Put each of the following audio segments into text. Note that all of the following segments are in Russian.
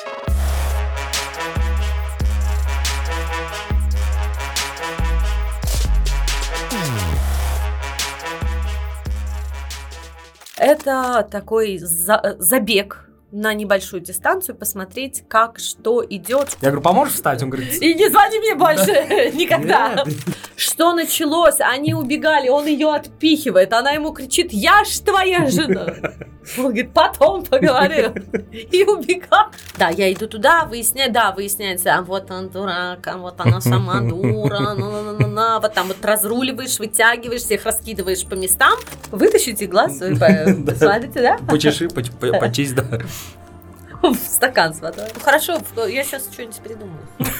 Это такой забег на небольшую дистанцию, посмотреть, как, что идет. Я говорю, поможешь встать? Он говорит... И не звони мне больше никогда. Что началось? Они убегали, он ее отпихивает, она ему кричит: я ж твоя жена. Он говорит: потом поговорим. И убегал. Да, я иду туда, выясняется, а вот он дурак, а вот она сама дура, вот там вот разруливаешь, вытягиваешь, всех раскидываешь по местам. Вытащите глаз, посмотрите, да? Почеши, почисть, да. В стакан с водой. Хорошо, я сейчас что-нибудь придумаю.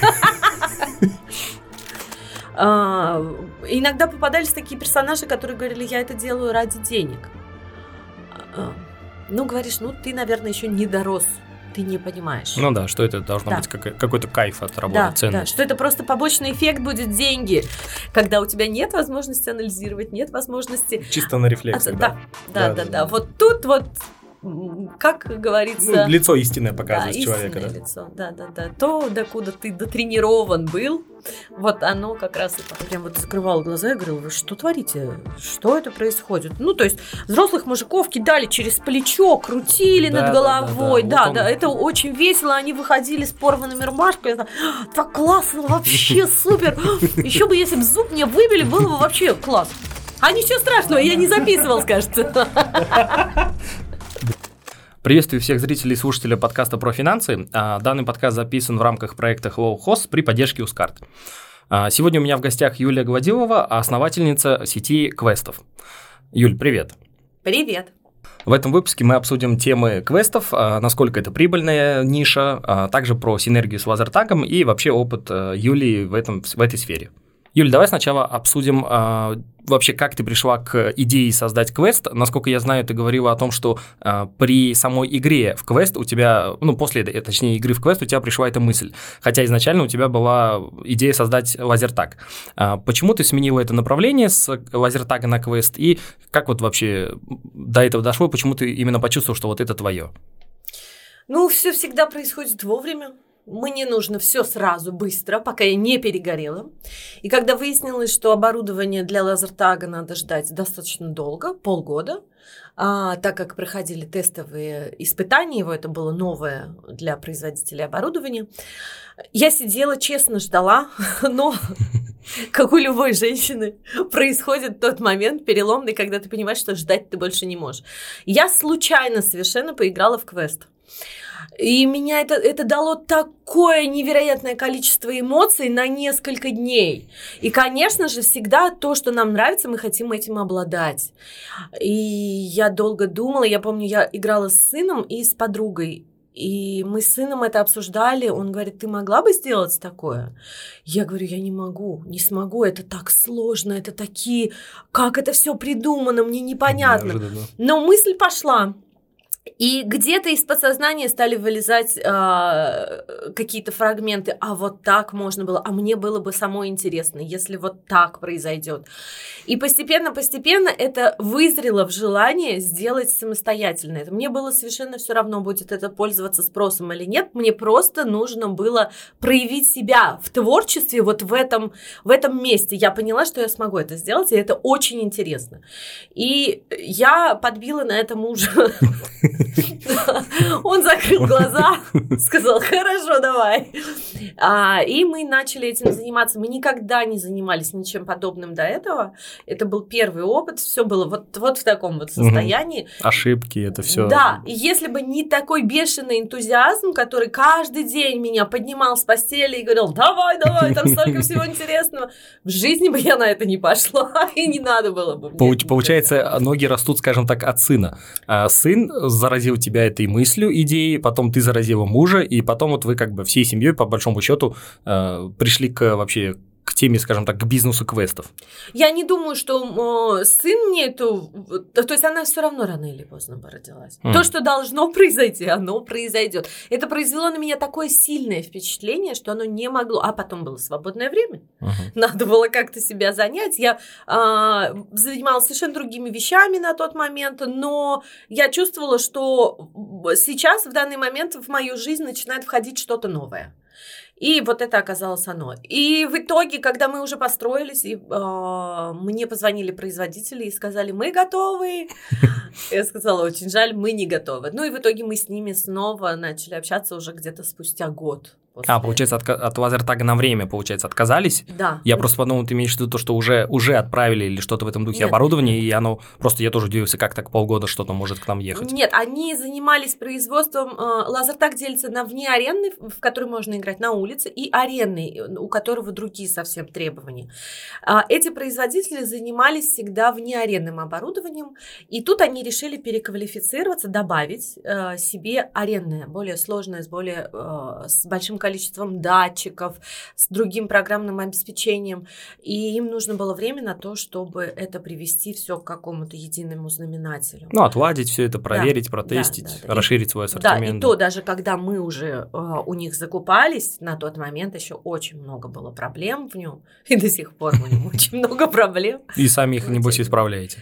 Иногда попадались такие персонажи, которые говорили: я это делаю ради денег. Ну, говоришь, ты, наверное, еще не дорос, ты не понимаешь. Ну да, что это должно быть какой-то кайф от работы, ценность. Да, что это просто побочный эффект будет деньги, когда у тебя нет возможности анализировать, нет возможности... Чисто на рефлексах, да. Вот тут вот, как говорится... лицо истинное показывает человека, да? Лицо, да. То, докуда ты дотренирован был, вот оно как раз... Я прям вот закрывала глаза и говорила: вы что творите? Что это происходит? То есть взрослых мужиков кидали через плечо, крутили над головой. Да, это очень весело. Они выходили с порванными рубашками. Так классно, вообще супер. Еще бы, если бы зуб мне выбили, было бы вообще класс. А ничего страшного, я не записывал, кажется. Приветствую всех зрителей и слушателей подкаста про финансы. Данный подкаст записан в рамках проекта Hello Host при поддержке Ускарт. Сегодня у меня в гостях Юлия Гладилова, основательница сети квестов. Юль, привет. Привет. В этом выпуске мы обсудим темы квестов, насколько это прибыльная ниша, а также про синергию с лазертагом и вообще опыт Юлии в этой сфере. Юль, давай сначала обсудим вообще, как ты пришла к идее создать квест. Насколько я знаю, ты говорила о том, что при самой игре в квест у тебя, после, точнее, игры в квест у тебя пришла эта мысль, хотя изначально у тебя была идея создать лазертаг. Почему ты сменила это направление с лазертага на квест, и как вот вообще до этого дошло, почему ты именно почувствовал, что вот это твое? Все всегда происходит вовремя. Мне нужно все сразу, быстро, пока я не перегорела. И когда выяснилось, что оборудование для лазертага надо ждать достаточно долго, полгода, так как проходили тестовые испытания, это было новое для производителей оборудования, я сидела, честно ждала, но, как у любой женщины, происходит тот момент переломный, когда ты понимаешь, что ждать ты больше не можешь. Я случайно совершенно поиграла в квест. И меня это дало такое невероятное количество эмоций на несколько дней. И, конечно же, всегда то, что нам нравится, мы хотим этим обладать. И я долго думала, я помню, я играла с сыном и с подругой. И мы с сыном это обсуждали. Он говорит: ты могла бы сделать такое? Я говорю: я не могу, не смогу, это так сложно, это такие... Как это все придумано, мне непонятно. Неожиданно. Но мысль пошла. И где-то из подсознания стали вылезать какие-то фрагменты. А вот так можно было, а мне было бы самой интересно, если вот так произойдет. И постепенно это вызрело в желание сделать самостоятельно. Это мне было совершенно все равно, будет это пользоваться спросом или нет. Мне просто нужно было проявить себя в творчестве вот в этом месте. Я поняла, что я смогу это сделать, и это очень интересно. И я подбила на это мужа. Он закрыл глаза, сказал: хорошо, давай. И мы начали этим заниматься. Мы никогда не занимались ничем подобным до этого. Это был первый опыт. Все было вот в таком вот состоянии. Ошибки, это все. Да, и если бы не такой бешеный энтузиазм, который каждый день меня поднимал с постели и говорил: давай, там столько всего интересного, в жизни бы я на это не пошла, и не надо было бы. Получается, ноги растут, скажем так, от сына. Сын заразил тебя этой мыслью, идеей, потом ты заразила мужа, и потом вот вы как бы всей семьей, по большому счету, пришли к вообще к теме, скажем так, к бизнесу квестов? Я не думаю, что сын мне эту... То есть она все равно рано или поздно бы родилась. То, что должно произойти, оно произойдет. Это произвело на меня такое сильное впечатление, что оно не могло... А потом было свободное время. Надо было как-то себя занять. Я занималась совершенно другими вещами на тот момент, но я чувствовала, что сейчас, в данный момент, в мою жизнь начинает входить что-то новое. И вот это оказалось оно. И в итоге, когда мы уже построились, и, мне позвонили производители и сказали, мы готовы. Я сказала, очень жаль, мы не готовы. Ну и в итоге мы с ними снова начали общаться уже где-то спустя год. Получается, от лазертага на время, получается, отказались? Да. Я просто подумал, ты имеешь в виду то, что уже отправили или что-то в этом духе оборудование, и оно просто, я тоже удивился, как так полгода что-то может к нам ехать. Нет, они занимались производством, лазертаг делится на внеарендный, в который можно играть на улице, и арендный, у которого другие совсем требования. Эти производители занимались всегда внеарендным оборудованием, и тут они решили переквалифицироваться, добавить себе арендное, более сложное, с большим количеством датчиков, с другим программным обеспечением, и им нужно было время на то, чтобы это привести все к какому-то единому знаменателю. Отладить все это, проверить, протестить, расширить свой ассортимент. Да, и то даже когда мы уже у них закупались, на тот момент еще очень много было проблем в нем, и до сих пор у них очень много проблем. И сами их, небось, исправляете.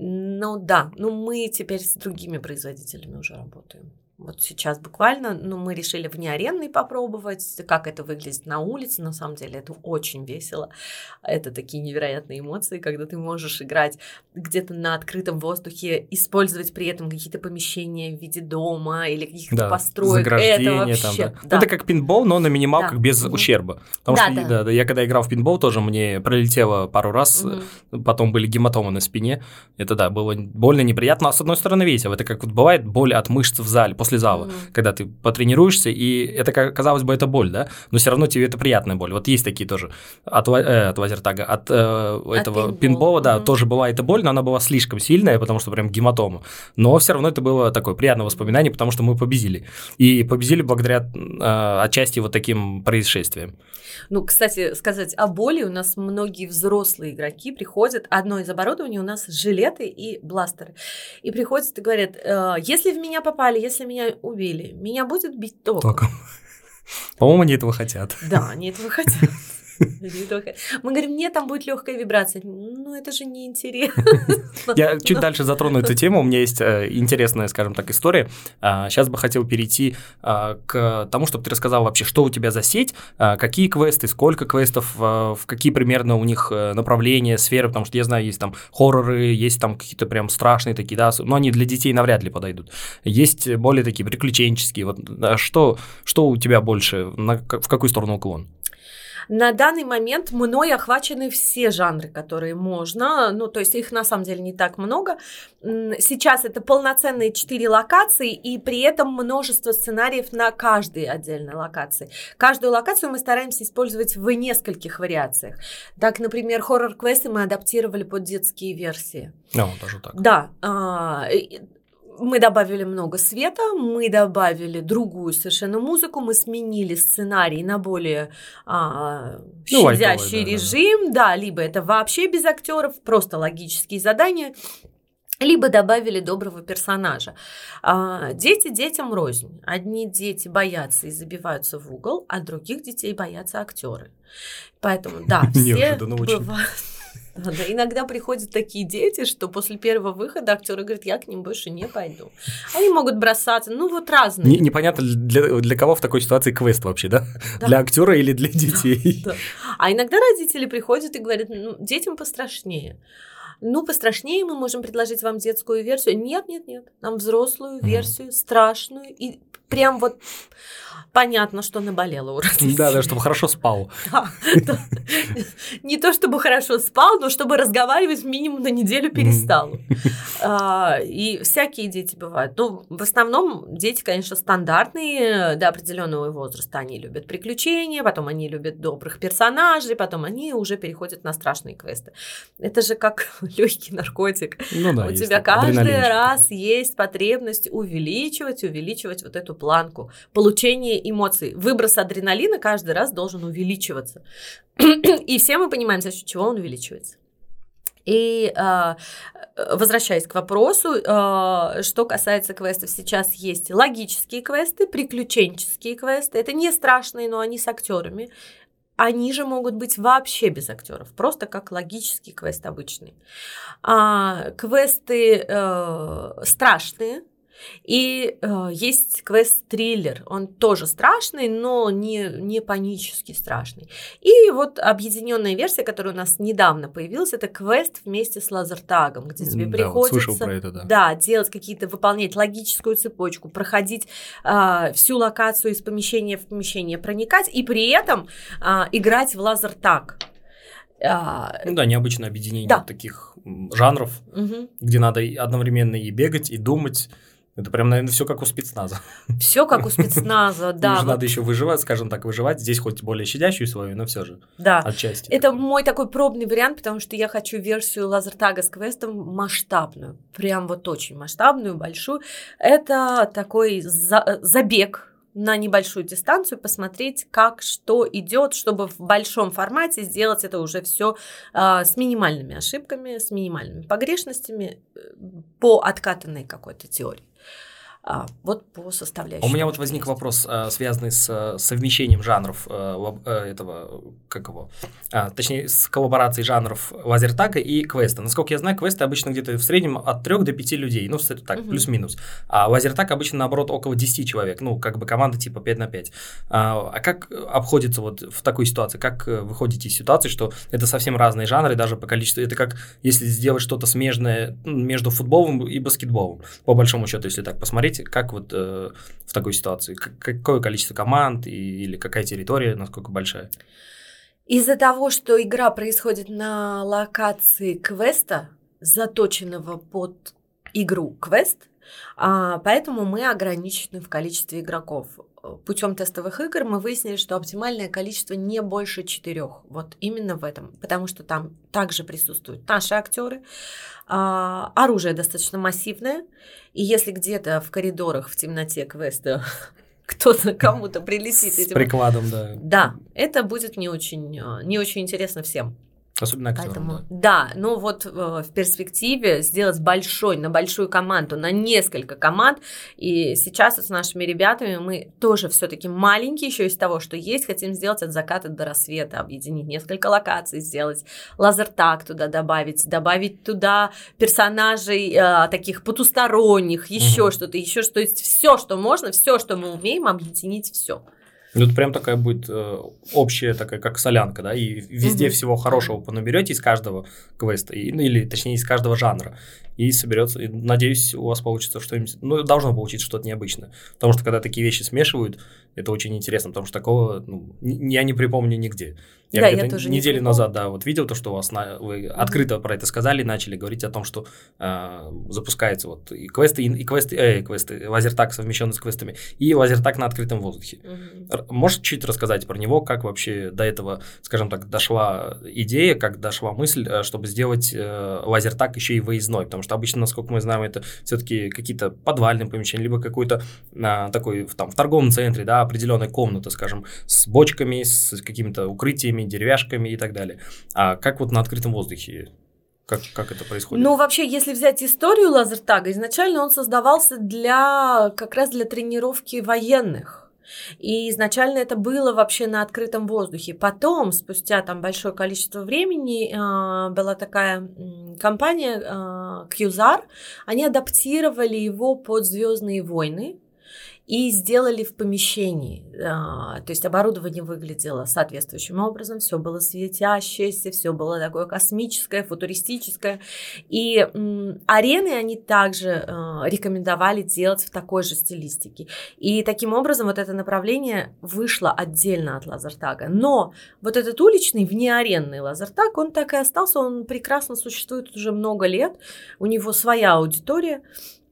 Мы теперь с другими производителями уже работаем. Вот сейчас буквально, мы решили внеарендный попробовать, как это выглядит на улице. На самом деле это очень весело. Это такие невероятные эмоции, когда ты можешь играть где-то на открытом воздухе, использовать при этом какие-то помещения в виде дома или каких-то построек. Это вообще... Это как пинбол, но на минималках без ущерба. Потому что я когда играл в пинбол, тоже мне пролетело пару раз, потом были гематомы на спине. Это было больно, неприятно, а с одной стороны весело. Это как бывает боль от мышц в зале, после зала, когда ты потренируешься, и это, казалось бы, это боль, да, но все равно тебе это приятная боль. Вот есть такие тоже от лазертага, от этого пинбола, тоже бывает и боль, но она была слишком сильная, потому что прям гематома. Но все равно это было такое приятное воспоминание, потому что мы победили. И победили благодаря отчасти вот таким происшествиям. Кстати, сказать о боли, у нас многие взрослые игроки приходят, одно из оборудований у нас жилеты и бластеры, и приходят и говорят, если в меня попали, если меня убили, меня будет бить током. По-моему, они этого хотят. Да, они этого хотят. Мы говорим, нет, там будет легкая вибрация. Это же неинтересно. Я чуть дальше затрону эту тему. У меня есть интересная, скажем так, история. Сейчас бы хотел перейти к тому, чтобы ты рассказал вообще, что у тебя за сеть, какие квесты, сколько квестов, в какие примерно у них направления, сферы, потому что я знаю, есть там хорроры, есть там какие-то прям страшные такие, да, но они для детей навряд ли подойдут. Есть более такие приключенческие. Вот что у тебя больше, в какую сторону уклон? На данный момент мной охвачены все жанры, которые можно, то есть их на самом деле не так много. Сейчас это полноценные 4 локации, и при этом множество сценариев на каждой отдельной локации. Каждую локацию мы стараемся использовать в нескольких вариациях. Так, например, хоррор-квесты мы адаптировали под детские версии. Даже так. Да, мы добавили много света, мы добавили другую совершенно музыку, мы сменили сценарий на более щадящий режим, либо это вообще без актеров, просто логические задания, либо добавили доброго персонажа. Дети детям рознь. Одни дети боятся и забиваются в угол, а других детей боятся актеры. Поэтому, все бывают... Иногда приходят такие дети, что после первого выхода актеры говорят, я к ним больше не пойду. Они могут бросаться, разные. Непонятно, для кого в такой ситуации квест вообще, да? Для актера или для детей? Да. А иногда родители приходят и говорят, детям пострашнее. Пострашнее мы можем предложить вам детскую версию. Нет, нам взрослую версию, страшную, и прям вот понятно, что наболело у родителей. Да, чтобы хорошо спал. Не то, чтобы хорошо спал, но чтобы разговаривать минимум на неделю перестал. И всякие дети бывают. В основном дети, конечно, стандартные до определенного возраста. Они любят приключения, потом они любят добрых персонажей, потом они уже переходят на страшные квесты. Это же как легкий наркотик. У тебя каждый раз есть потребность увеличивать вот эту планку получения эмоций. Выброс адреналина каждый раз должен увеличиваться. И все мы понимаем, за счет чего он увеличивается. И возвращаясь к вопросу, что касается квестов, сейчас есть логические квесты, приключенческие квесты. Это не страшные, но они с актерами. Они же могут быть вообще без актеров, просто как логический квест обычный. Квесты страшные. И есть квест-триллер, он тоже страшный, но не панически страшный. И вот объединенная версия, которая у нас недавно появилась, это квест вместе с лазертагом, где тебе приходится слышал про это, делать какие-то, выполнять логическую цепочку, проходить всю локацию из помещения в помещение, проникать и при этом играть в лазертаг. Необычное объединение таких жанров, где надо одновременно и бегать, и думать. Это прям, наверное, все как у спецназа. Все как у спецназа, да. Надо еще выживать, скажем так, выживать. Здесь хоть более щадящую свою, но все же. Да. Отчасти. Это мой такой пробный вариант, потому что я хочу версию лазертага с квестом масштабную. Прям вот очень масштабную, большую. Это такой забег на небольшую дистанцию, посмотреть, как что идет, чтобы в большом формате сделать это уже все с минимальными ошибками, с минимальными погрешностями по откатанной какой-то теории. Вот по составляющим. У меня вот возник вопрос, связанный с совмещением жанров точнее, с коллаборацией жанров лазертага и квеста. Насколько я знаю, квесты обычно где-то в среднем от 3 до 5 людей, так, плюс-минус. А лазертаг обычно, наоборот, около 10 человек, команда типа 5 на 5. А как обходится вот в такой ситуации? Как выходите из ситуации, что это совсем разные жанры, даже по количеству? Это как если сделать что-то смежное между футболом и баскетболом, по большому счету, если так посмотреть. Как вот в такой ситуации? Какое количество команд или какая территория, насколько большая? Из-за того, что игра происходит на локации квеста, заточенного под игру квест, поэтому мы ограничены в количестве игроков. Путем тестовых игр мы выяснили, что оптимальное количество не больше 4. Вот именно в этом. Потому что там также присутствуют наши актеры. Оружие достаточно массивное. И если где-то в коридорах в темноте квеста кто-то кому-то прилетит... С прикладом, да. Да, это будет не очень интересно всем. Особенно актерам. Поэтому, да, в перспективе сделать на большую команду, на несколько команд. И сейчас с нашими ребятами мы тоже все-таки маленькие, еще из того, что есть, хотим сделать от заката до рассвета, объединить несколько локаций, сделать лазертаг туда добавить туда персонажей таких потусторонних, еще что-то, то есть все, что можно, все, что мы умеем, объединить все. Это прям такая будет общая, такая как солянка, да, и везде всего хорошего понаберете из каждого квеста, или точнее из каждого жанра, и соберется, и, надеюсь, у вас получится что-нибудь, должно получиться что-то необычное, потому что когда такие вещи смешивают, это очень интересно, потому что такого я не припомню нигде. Я тоже неделю назад, видел то, что у вас вы открыто про это сказали, начали говорить о том, что запускается и квесты, лазертаг совмещенный с квестами, и лазертаг на открытом воздухе. Можешь чуть рассказать про него, как вообще до этого, скажем так, дошла идея, как дошла мысль, чтобы сделать лазертаг еще и выездной, потому что обычно, насколько мы знаем, это все-таки какие-то подвальные помещения, либо какой-то такой в торговом центре, да, определенная комната, скажем, с бочками, с какими-то укрытиями, деревяшками и так далее. А как вот на открытом воздухе? Как это происходит? Вообще, если взять историю лазертага, изначально он создавался как раз для тренировки военных. И изначально это было вообще на открытом воздухе. Потом, спустя большое количество времени, была такая компания Qzar, они адаптировали его под «Звездные войны» и сделали в помещении. То есть оборудование выглядело соответствующим образом, все было светящееся, все было такое космическое, футуристическое. И арены они также рекомендовали делать в такой же стилистике. И таким образом вот это направление вышло отдельно от лазертага. Но вот этот уличный, внеаренный лазертаг, он так и остался, он прекрасно существует уже много лет, у него своя аудитория.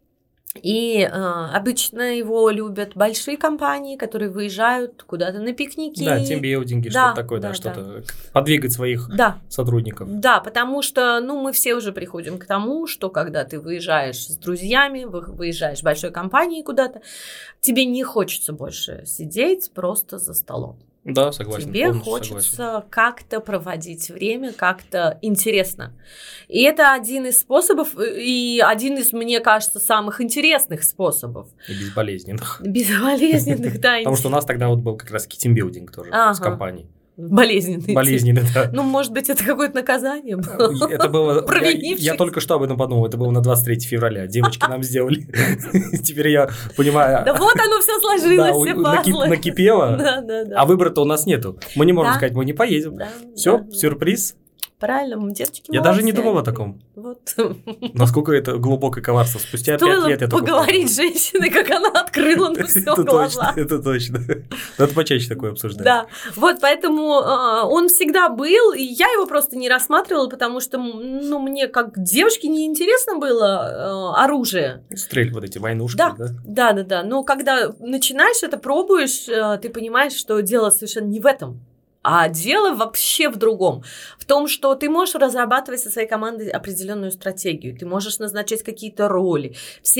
И обычно его любят большие компании, которые выезжают куда-то на пикники. Да, тимбилдинги, что-то такое, да, что-то подвигать своих сотрудников. Да, потому что, мы все уже приходим к тому, что когда ты выезжаешь с друзьями, выезжаешь в большой компании куда-то, тебе не хочется больше сидеть просто за столом. Да, согласен. Тебе хочется как-то проводить время, как-то интересно. И это один из способов, и один из, мне кажется, самых интересных способов. И безболезненных. Безболезненных, да. Потому что у нас тогда вот был как раз тимбилдинг тоже с компанией. Болезненный. Да. Может быть, это какое-то наказание было. Это было... Провинившись. Я только что об этом подумал. Это было на 23 февраля. Девочки нам сделали. Теперь я понимаю... Да вот оно все сложилось, все пазлы. Накипело. Да. А выбора-то у нас нету. Мы не можем сказать, мы не поедем. Все, сюрприз. Правильно, девочки Я даже не думал о таком. Вот. Насколько это глубокое коварство. Спустя 5 лет я только поговорить с женщиной, как она открыла на все глаза. Это точно. Надо почаще такое обсуждать. Да, вот поэтому он всегда был, и я его просто не рассматривала, потому что, мне как девушке неинтересно было оружие. Стрель вот эти войнушки, да? Да. Но когда начинаешь это, пробуешь, ты понимаешь, что дело совершенно не в этом. А дело вообще в другом. В том, что ты можешь разрабатывать со своей командой определенную стратегию, ты можешь назначать какие-то роли.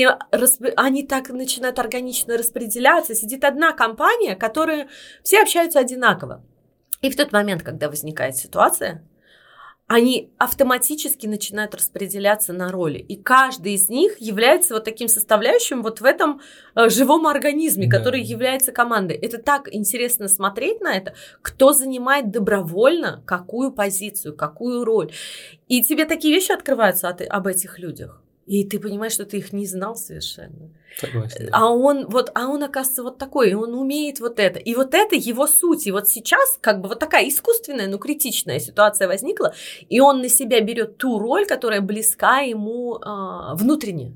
Они так начинают органично распределяться. Сидит одна компания, которая все общаются одинаково. И в тот момент, когда возникает ситуация, они автоматически начинают распределяться на роли. И каждый из них является вот таким составляющим вот в этом живом организме, который является командой. Это так интересно смотреть на это, кто занимает добровольно какую позицию, какую роль. И тебе такие вещи открываются об этих людях. И ты понимаешь, что ты их не знал совершенно. Согласен. А он, оказывается, вот такой, и он умеет вот это. И вот это его суть. И вот сейчас вот такая искусственная, но критичная ситуация возникла, и он на себя берет ту роль, которая близка ему внутренне.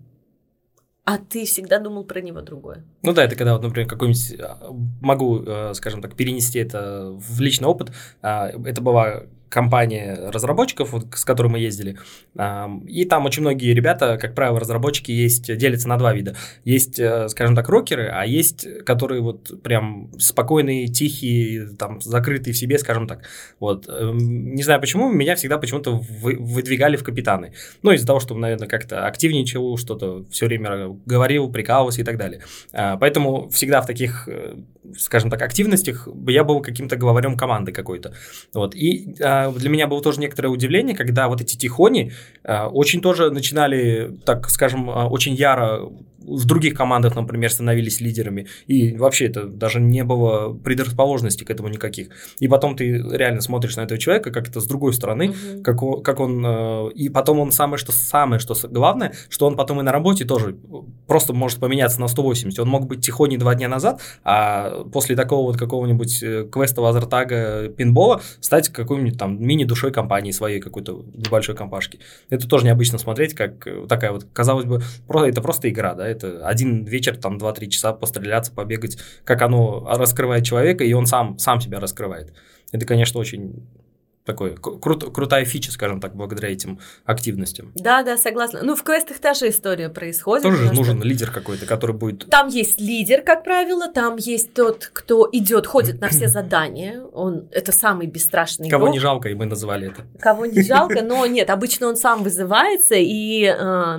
А ты всегда думал про него другое. Ну да, это когда, например, какой-нибудь, могу, скажем так, перенести это в личный опыт. Это была компания разработчиков, с которой мы ездили, и там очень многие ребята, как правило, разработчики делятся на два вида. Есть, скажем так, рокеры, а есть, которые вот прям спокойные, тихие, там, закрытые в себе, скажем так. Вот. Не знаю почему, меня всегда почему-то выдвигали в капитаны. Из-за того, что, наверное, как-то активничал, что-то все время говорил, прикалывался и так далее. Поэтому всегда в таких, скажем так, активностях я был каким-то главарем команды какой-то. Вот. И для меня было тоже некоторое удивление, когда вот эти тихони очень тоже начинали, так скажем, очень яро в других командах, например, становились лидерами, и вообще это даже не было предрасположенности к этому никаких. И потом ты реально смотришь на этого человека как-то с другой стороны, как он, и потом он самое что главное, что он потом и на работе тоже просто может поменяться на 180. Он мог быть тихоней 2 дня назад, а после такого вот какого-нибудь квеста, лазертага, пинбола стать какой-нибудь там мини-душой компании своей, какой-то небольшой компашки. Это тоже необычно смотреть, как такая вот, казалось бы, это просто игра, да, это один вечер, там 2-3 часа постреляться, побегать, как оно раскрывает человека, и он сам себя раскрывает. Это, конечно, очень такой крутая фича, скажем так, благодаря этим активностям. Да, согласна. В квестах та же история происходит. Тоже нужен лидер какой-то, который будет... Там есть лидер, как правило, там есть тот, кто ходит на все задания. Это самый бесстрашный игрок. Кого не жалко, и мы называли это. Кого не жалко, но нет, обычно он сам вызывается, и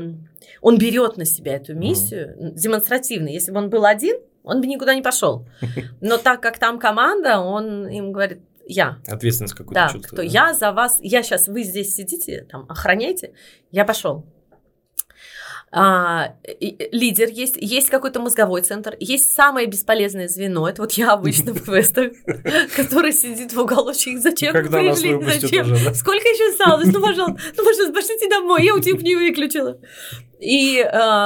он берет на себя эту миссию демонстративно. Если бы он был один, он бы никуда не пошел. Но так как там команда, он им говорит: я. Ответственность какую-то чувствую. Я за вас, вы здесь сидите, там, охраняйте, я пошел. Лидер есть какой-то мозговой центр, есть самое бесполезное звено, это вот я обычно в квестах, который сидит в уголочке, зачем вы пришли, зачем, сколько еще осталось, пожалуйста, пошлите домой, я утюг не выключила. И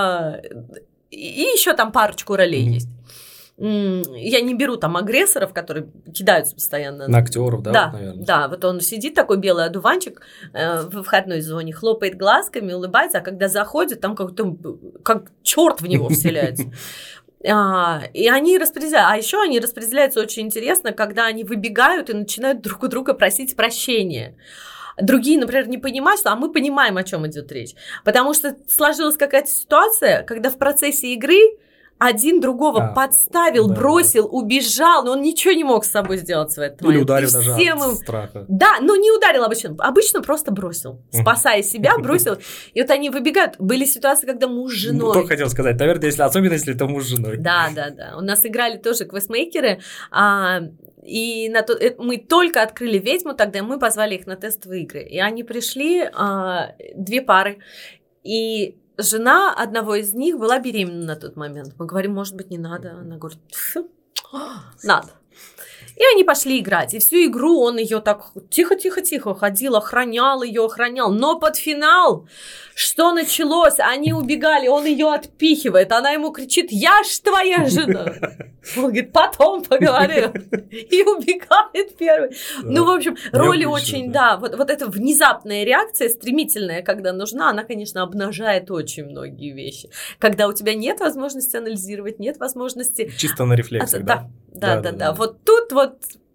еще там парочку ролей есть. Я не беру там агрессоров, которые кидаются постоянно. На актеров, да? Да, наверное. Да, вот он сидит такой белый одуванчик в входной зоне, хлопает глазками, улыбается, а когда заходит, там как черт в него вселяется. И они распределяются. А еще они распределяются очень интересно, когда они выбегают и начинают друг у друга просить прощения. Другие, например, не понимают, а мы понимаем, о чем идет речь. Потому что сложилась какая-то ситуация, когда в процессе игры один другого подставил, бросил, убежал, но он ничего не мог с собой сделать в этот момент. Или ударил даже от страха. Да, но не ударил обычно. Обычно просто бросил. Спасая себя, бросил. И вот они выбегают. Были ситуации, когда муж с женой. Только хотел сказать, наверное, особенно если это муж с женой. Да. У нас играли тоже квестмейкеры, и мы только открыли ведьму, тогда мы позвали их на тестовые игры. И они пришли, 2 пары. И жена одного из них была беременна на тот момент. Мы говорим, может быть, не надо. Она говорит, надо. И они пошли играть. И всю игру он ее так тихо-тихо-тихо ходил, охранял ее. Но под финал, что началось? Они убегали, он ее отпихивает. Она ему кричит, я ж твоя жена. Он говорит, потом поговорим. И убегает первый. Ну, в общем, роли очень, да. Вот эта внезапная реакция, стремительная, когда нужна, она, конечно, обнажает очень многие вещи. Когда у тебя нет возможности анализировать, нет возможности... Чисто на рефлексах, да? Да. Вот тут вот,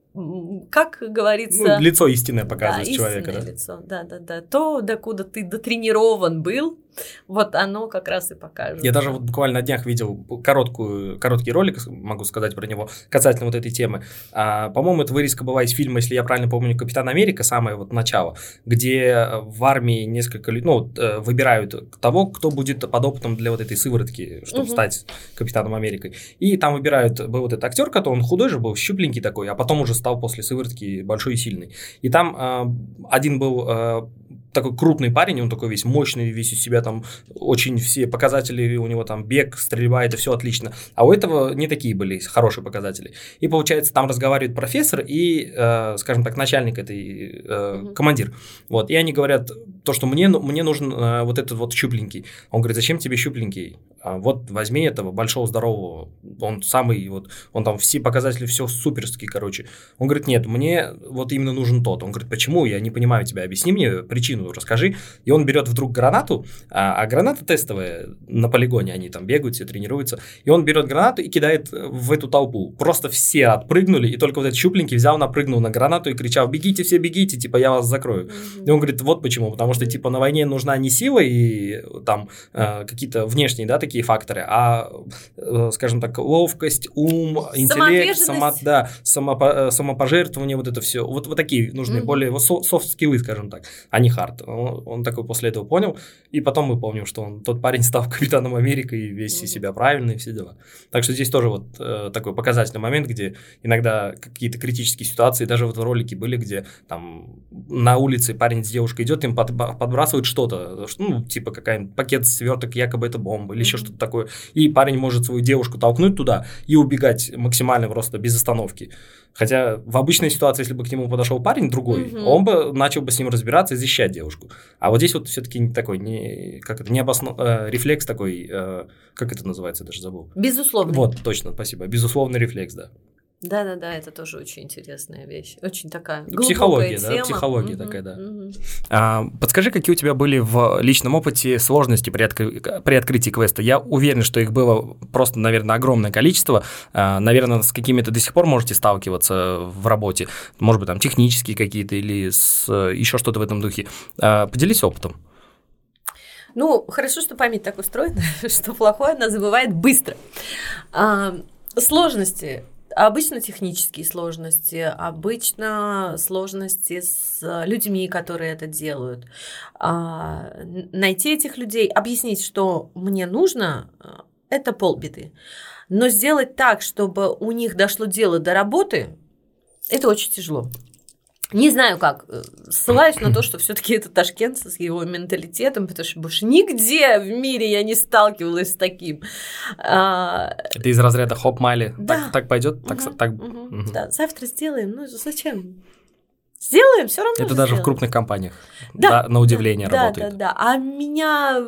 как говорится... лицо истинное показывает человека, да? Лицо, да. То, докуда ты дотренирован был, вот оно как раз и покажет. Я даже вот буквально на днях видел короткий ролик, могу сказать про него, касательно вот этой темы. По-моему, это вырезка была из фильма, если я правильно помню, «Капитан Америка», самое вот начало, где в армии несколько людей, выбирают того, кто будет подопытным для вот этой сыворотки, чтобы стать Капитаном Америкой. И там был вот этот актер, который он худой же был, щупленький такой, а потом уже стал после сыворотки большой и сильный. И там один был... такой крупный парень, он такой весь мощный, весь из себя там, очень все показатели, у него там бег, стрельба, это все отлично. А у этого не такие были хорошие показатели. И получается, там разговаривает профессор и, скажем так, начальник этой, командир. Вот, и они говорят, то, что мне нужен вот этот вот щупленький. Он говорит, зачем тебе щупленький? Вот возьми этого большого, здорового, он самый, вот, он там все показатели, все суперские, короче. Он говорит, нет, мне вот именно нужен тот. Он говорит, почему? Я не понимаю тебя, объясни мне причину, расскажи. И он берет вдруг гранату, а граната тестовая на полигоне, они там бегают, все тренируются, и он берет гранату и кидает в эту толпу. Просто все отпрыгнули, и только вот этот щупленький взял, напрыгнул на гранату и кричал, бегите все, бегите, типа, я вас закрою. И он говорит, вот почему, потому что, типа, на войне нужна не сила и там какие-то внешние, да, такие факторы, а, скажем так, ловкость, ум, интеллект, самопожертвование, вот это все. Вот такие нужны, более софт-скиллы, скажем так, а не хард. Он такой после этого понял, и потом мы помним, что тот парень стал Капитаном Америки и весь из себя правильный, и все дела. Так что здесь тоже вот такой показательный момент, где иногда какие-то критические ситуации, даже вот в ролике были, где там на улице парень с девушкой идет, им подбрасывают что-то, типа какой-нибудь пакет, сверток, якобы это бомба или еще что-то такое, и парень может свою девушку толкнуть туда и убегать максимально просто без остановки. Хотя в обычной ситуации, если бы к нему подошел парень другой, он бы начал бы с ним разбираться и защищать девушку. А вот здесь вот все-таки такой рефлекс такой, как это называется, я даже забыл. Безусловный. Вот, точно, спасибо. Безусловный рефлекс, да. Да, это тоже очень интересная вещь. Очень такая глубокая тема. Психология такая, да. Подскажи, какие у тебя были в личном опыте сложности при открытии квеста? Я уверен, что их было просто, наверное, огромное количество. Наверное, с какими-то до сих пор можете сталкиваться в работе. Может быть, там технические какие-то или еще что-то в этом духе. Поделись опытом. Хорошо, что память так устроена, что плохое она забывает быстро. Сложности. Обычно технические сложности, обычно сложности с людьми, которые это делают. Найти этих людей, объяснить, что мне нужно, это полбеды. Но сделать так, чтобы у них дошло дело до работы, это очень тяжело. Не знаю как, ссылаюсь на то, что все-таки это Ташкент с его менталитетом, потому что больше нигде в мире я не сталкивалась с таким. Это из разряда хоп-майли. Да. Так пойдет? Да, завтра сделаем. Зачем? Сделаем, все равно. Это даже сделаем. В крупных компаниях, да, на удивление работает. Да. А меня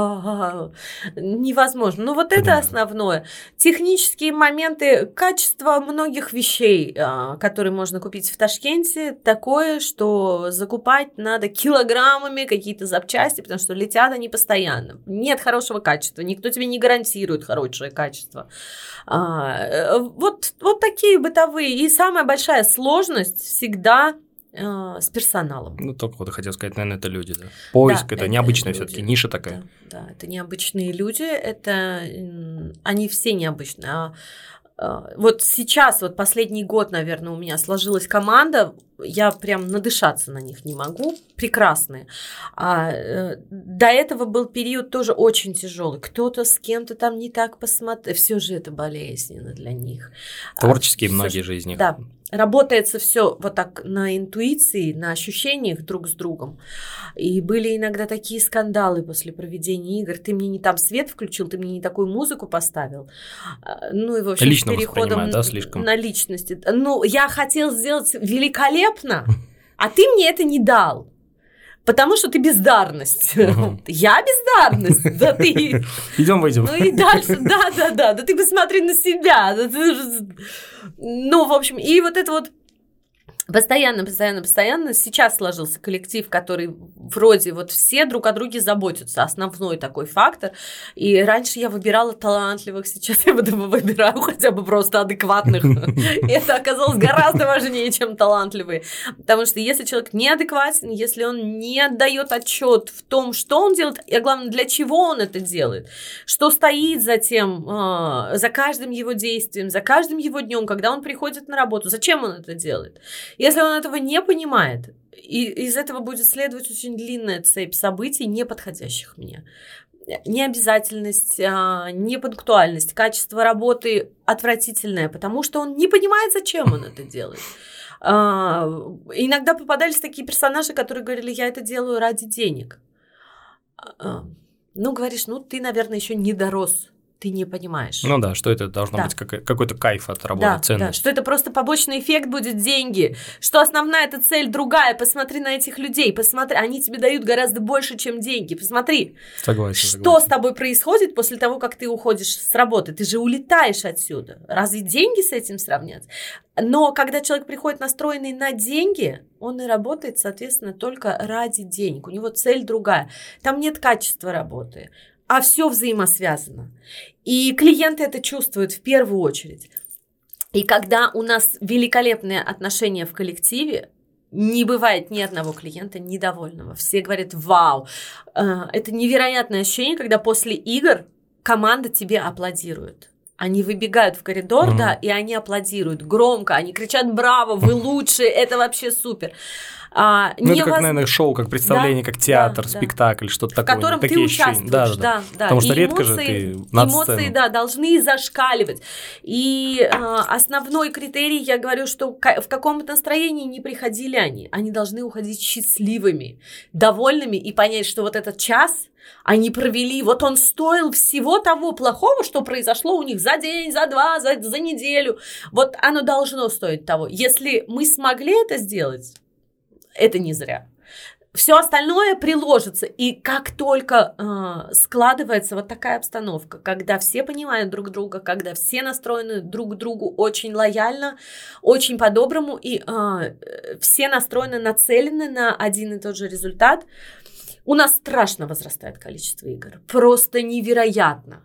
невозможно. Вот понимаю. Это основное. Технические моменты, качество многих вещей, которые можно купить в Ташкенте, такое, что закупать надо килограммами какие-то запчасти, потому что летят они постоянно. Нет хорошего качества, никто тебе не гарантирует хорошее качество. Вот такие бытовые. И самая большая сложность всегда с персоналом. Ну, только вот хотел сказать, наверное, это люди, да. Поиск, это необычная все-таки ниша такая. Да, это необычные люди, они все необычные. Вот сейчас, вот последний год, наверное, у меня сложилась команда, я прям надышаться на них не могу, прекрасные. До этого был период тоже очень тяжелый. Кто-то с кем-то там не так посмотрел, все же это болезненно для них. Творческие многие же из них. Да. Работается все вот так на интуиции, на ощущениях друг с другом. И были иногда такие скандалы после проведения игр. Ты мне не там свет включил, ты мне не такую музыку поставил. Ну и в общем, лично с переходом да, слишком? На личности. Ну, я хотел сделать великолепно, а ты мне это не дал. Потому что ты бездарность. Я бездарность. Да ты... Идем выйдем. Ну и дальше, да. Да ты посмотри на себя. Ну, в общем, и вот это вот постоянно. Сейчас сложился коллектив, который вроде вот все друг о друге заботятся. Основной такой фактор. И раньше я выбирала талантливых, сейчас я выбираю хотя бы просто адекватных. И это оказалось гораздо важнее, чем талантливые. Потому что если человек неадекватен, если он не отдает отчет в том, что он делает, и главное, для чего он это делает, что стоит за тем, за каждым его действием, за каждым его днем, когда он приходит на работу, зачем он это делает. Если он этого не понимает, и из этого будет следовать очень длинная цепь событий, не подходящих мне. Необязательность, непунктуальность, качество работы отвратительное, потому что он не понимает, зачем он это делает. Иногда попадались такие персонажи, которые говорили, я это делаю ради денег. Ну, говоришь, ты, наверное, еще не дорос. Ты не понимаешь. Ну да, что это должно быть какой-то кайф от работы, ценность. Да, что это просто побочный эффект будет деньги, что основная эта цель другая. Посмотри на этих людей, посмотри, они тебе дают гораздо больше, чем деньги. Посмотри, согласен. Что с тобой происходит после того, как ты уходишь с работы. Ты же улетаешь отсюда. Разве деньги с этим сравнятся? Но когда человек приходит настроенный на деньги, он и работает, соответственно, только ради денег. У него цель другая. Там нет качества работы. А все взаимосвязано. И клиенты это чувствуют в первую очередь. И когда у нас великолепные отношения в коллективе, не бывает ни одного клиента недовольного. Все говорят, вау, это невероятное ощущение, когда после игр команда тебе аплодирует. Они выбегают в коридор, и они аплодируют громко, они кричат «Браво! Вы лучшие! Это вообще супер!» это как, наверное, шоу, как представление, как театр, спектакль, что-то такое. В котором ты участвуешь. Да. Потому что редко же ты над эмоции, должны зашкаливать. И основной критерий, я говорю, что в каком-то настроении не приходили они. Они должны уходить счастливыми, довольными и понять, что вот этот час они провели, вот он стоил всего того плохого, что произошло у них за день, за два, за неделю. Вот оно должно стоить того. Если мы смогли это сделать, это не зря. Все остальное приложится. И как только складывается вот такая обстановка, когда все понимают друг друга, когда все настроены друг к другу очень лояльно, очень по-доброму, и все настроены, нацелены на один и тот же результат, у нас страшно возрастает количество игр. Просто невероятно.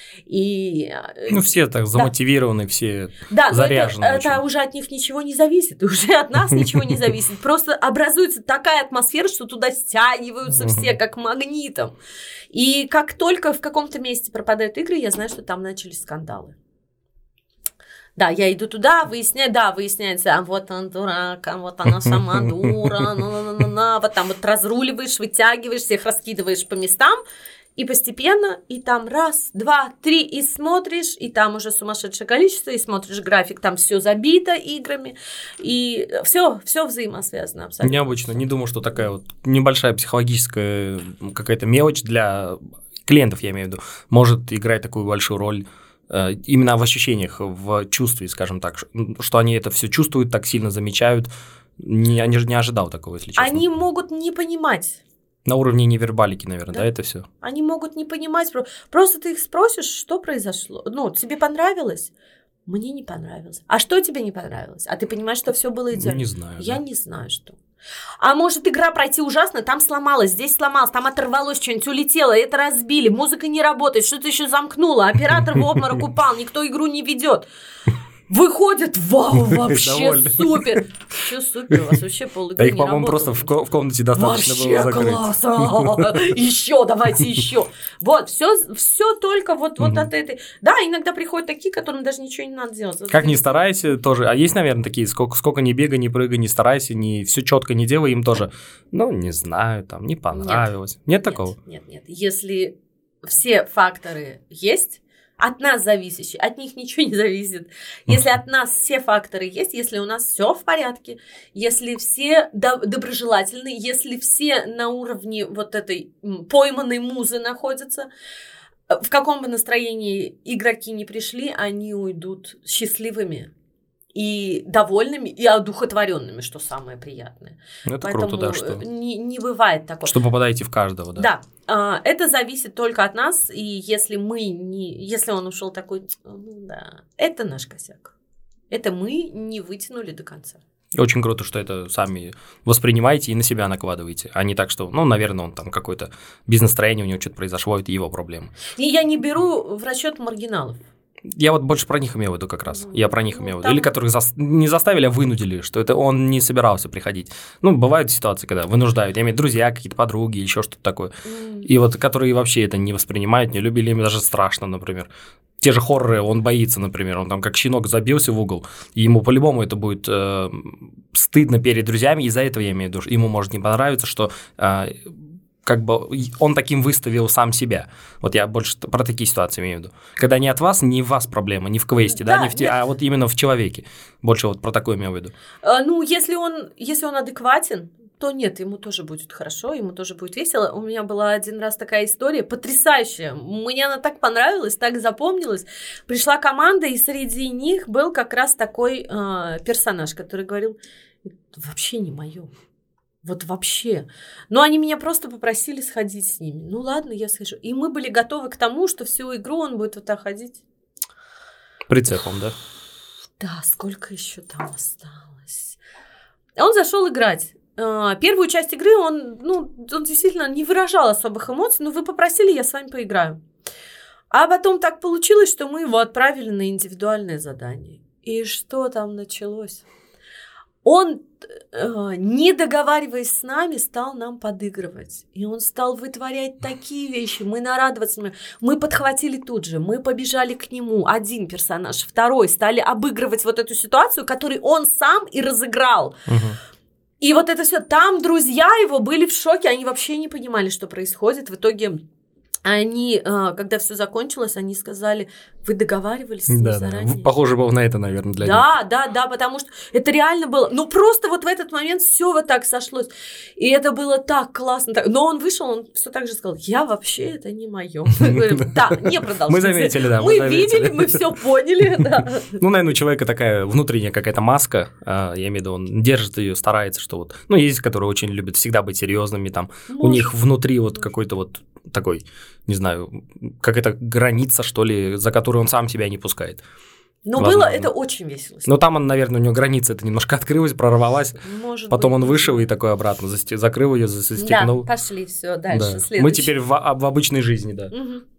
И, все так замотивированы, все заряжены. Это уже от них ничего не зависит, и уже от нас ничего не зависит. Просто образуется такая атмосфера, что туда стягиваются все как магнитом. И как только в каком-то месте пропадают игры, я знаю, что там начались скандалы. Да, я иду туда, выясняется, а вот он дурак, а вот она сама дура, вот там вот разруливаешь, вытягиваешь, всех раскидываешь по местам, и постепенно, и там раз, два, три, и смотришь, и там уже сумасшедшее количество, и смотришь график, там все забито играми, и все взаимосвязано абсолютно. Необычно, не думаю, что такая вот небольшая психологическая какая-то мелочь для клиентов, я имею в виду, может играть такую большую роль. Именно в ощущениях, в чувстве, скажем так, что они это все чувствуют, так сильно замечают. Не ожидал такого, если честно. Они могут не понимать. На уровне невербалики, наверное, да, это все. Они могут не понимать. Просто ты их спросишь, что произошло. Тебе понравилось? Мне не понравилось. А что тебе не понравилось? А ты понимаешь, что все было идеально? Не знаю. Я не знаю, что. А может, игра пройти ужасно, там сломалась, здесь сломалась, там оторвалось что-нибудь, улетело, это разбили, музыка не работает, что-то еще замкнуло, оператор в обморок упал, никто игру не ведет. Выходит, вау, вообще супер. все супер, у вас вообще полигон Да их, не по-моему, работал. просто в комнате достаточно было закрыть. Вообще класс! Еще, давайте еще. Вот, все только вот от этой. Да, иногда приходят такие, которым даже ничего не надо делать. Как ни старайся, тоже. А есть, наверное, такие, сколько ни бегай, ни прыгай, не старайся, все четко не делай, им тоже, ну, не знаю, там, не понравилось. Нет такого? Нет. Если все факторы есть, от нас зависящие, от них ничего не зависит. Если от нас все факторы есть, если у нас все в порядке, если все доброжелательны, если все на уровне вот этой пойманной музы находятся, в каком бы настроении игроки не пришли, они уйдут счастливыми и довольными, и одухотворенными, что самое приятное. Это поэтому круто, да, что не бывает такого. Что попадаете в каждого, да? Да, это зависит только от нас, и если если он ушел такой, это наш косяк. Это мы не вытянули до конца. И очень круто, что это сами воспринимаете и на себя накладываете, а не так, что, наверное, он там какой-то без настроения, у него что-то произошло, это его проблема. И я не беру в расчет маргиналов. Я вот больше про них имел в виду как раз. Я про них имел в виду. Или которых не заставили, а вынудили, что это он не собирался приходить. Бывают ситуации, когда вынуждают. Я имею в виду друзья, какие-то подруги, еще что-то такое. И вот которые вообще это не воспринимают, не любили, им даже страшно, например. Те же хорроры, он боится, например, он там как щенок забился в угол, и ему по-любому это будет стыдно перед друзьями, из-за этого я имею в виду, ему может не понравиться, что как бы он таким выставил сам себя. Вот я больше про такие ситуации имею в виду. Когда не от вас, не в вас проблема, не в квесте, а вот именно в человеке. Больше вот про такое имею в виду. Если он адекватен, то нет, ему тоже будет хорошо, ему тоже будет весело. У меня была один раз такая история потрясающая. Мне она так понравилась, так запомнилась. Пришла команда, и среди них был как раз такой персонаж, который говорил, это вообще не мое. Вот вообще. Но они меня просто попросили сходить с ними. Ну ладно, я схожу. И мы были готовы к тому, что всю игру он будет вот так ходить. Прицепом, да? Да, сколько еще там осталось. Он зашел играть. Первую часть игры он действительно не выражал особых эмоций, но вы попросили, я с вами поиграю. А потом так получилось, что мы его отправили на индивидуальное задание. И что там началось? Он, не договариваясь с нами, стал нам подыгрывать. И он стал вытворять такие вещи. Мы нарадоваться не могли. Мы подхватили тут же. Мы побежали к нему. Один персонаж, второй. Стали обыгрывать вот эту ситуацию, которую он сам и разыграл. И вот это все. Там друзья его были в шоке. Они вообще не понимали, что происходит. В итоге они, когда все закончилось, они сказали, вы договаривались с ним заранее? Похоже было на это, наверное, для них. Да, потому что это реально было... просто вот в этот момент все вот так сошлось. И это было так классно. Но он вышел, он все так же сказал, я вообще, это не мое. Да, не продолжайте. Мы заметили, да. Мы видели, мы все поняли, да. Наверное, у человека такая внутренняя какая-то маска, я имею в виду, он держит ее, старается, что вот... есть, которые очень любят всегда быть серьезными, там, у них внутри вот какой-то вот такой, не знаю, какая-то граница, что ли, за которую он сам себя не пускает. Но было это очень весело. Но там, у него граница это немножко открылась, прорвалась. Потом он вышел и такой обратно закрыл ее, застегнул. Да, пошли, все, дальше, следующий. Мы теперь в обычной жизни, да.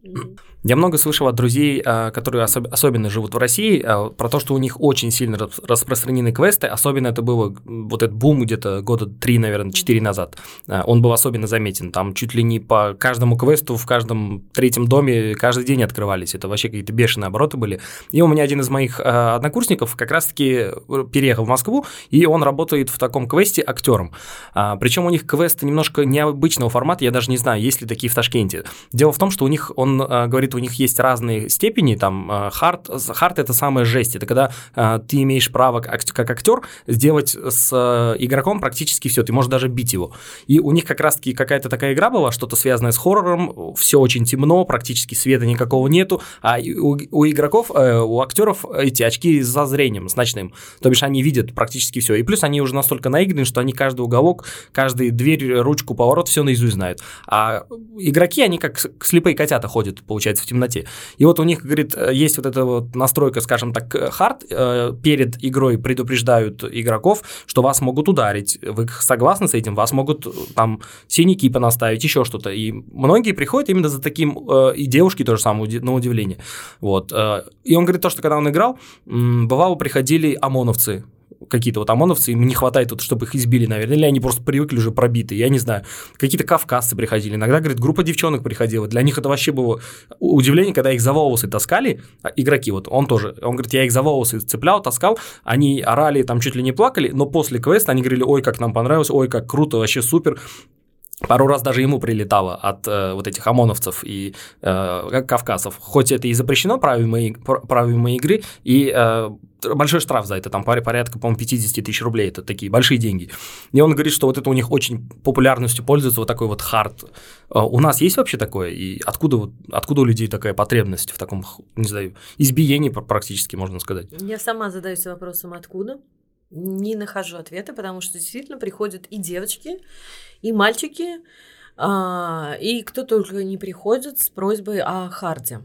Я много слышал от друзей, которые особенно живут в России, про то, что у них очень сильно распространены квесты. Особенно это было вот этот бум где-то года 3, наверное, 4 назад. Он был особенно заметен. Там чуть ли не по каждому квесту в каждом третьем доме каждый день открывались. Это вообще какие-то бешеные обороты были. И у меня один из моих однокурсников как раз-таки переехал в Москву, и он работает в таком квесте актером. Причем у них квесты немножко необычного формата, я даже не знаю, есть ли такие в Ташкенте. Дело в том, что он говорит, у них есть разные степени, там хард это самая жесть, это когда ты имеешь право как актер сделать с игроком практически все, ты можешь даже бить его. И у них как раз-таки какая-то такая игра была, что-то связанное с хоррором, все очень темно, практически света никакого нету, а у игроков, у актеров эти очки за зрением, с ночным, то бишь они видят практически все, и плюс они уже настолько наиграны, что они каждый уголок, каждую дверь, ручку, поворот, все наизусть знают. А игроки, они как слепые котята ходят, получается, в темноте. И вот у них, говорит, есть вот эта вот настройка, скажем так, хард, перед игрой предупреждают игроков, что вас могут ударить. Вы согласны с этим? Вас могут там синяки понаставить, еще что-то. И многие приходят именно за таким, и девушки тоже самое, на удивление. Вот. И он говорит то, что когда он играл, бывало, приходили ОМОНовцы, какие-то вот ОМОНовцы, им не хватает, вот, чтобы их избили, наверное, или они просто привыкли уже пробитые, я не знаю. Какие-то кавказцы приходили, иногда, говорит, группа девчонок приходила, для них это вообще было удивление, когда их за волосы таскали, игроки, вот он тоже, он говорит, я их за волосы цеплял, таскал, они орали, там чуть ли не плакали, но после квеста они говорили, ой, как нам понравилось, ой, как круто, вообще супер. Пару раз даже ему прилетало от вот этих ОМОНовцев и кавказцев. Хоть это и запрещено правилами игры, и большой штраф за это, там порядка, по-моему, 50 тысяч рублей, это такие большие деньги. И он говорит, что вот это у них очень популярностью пользуется, вот такой вот хард. У нас есть вообще такое? И откуда у людей такая потребность в таком, не знаю, избиении практически, можно сказать? Я сама задаюсь вопросом, откуда? Не нахожу ответа, потому что действительно приходят и девочки, и мальчики, и кто только не приходит с просьбой о харде.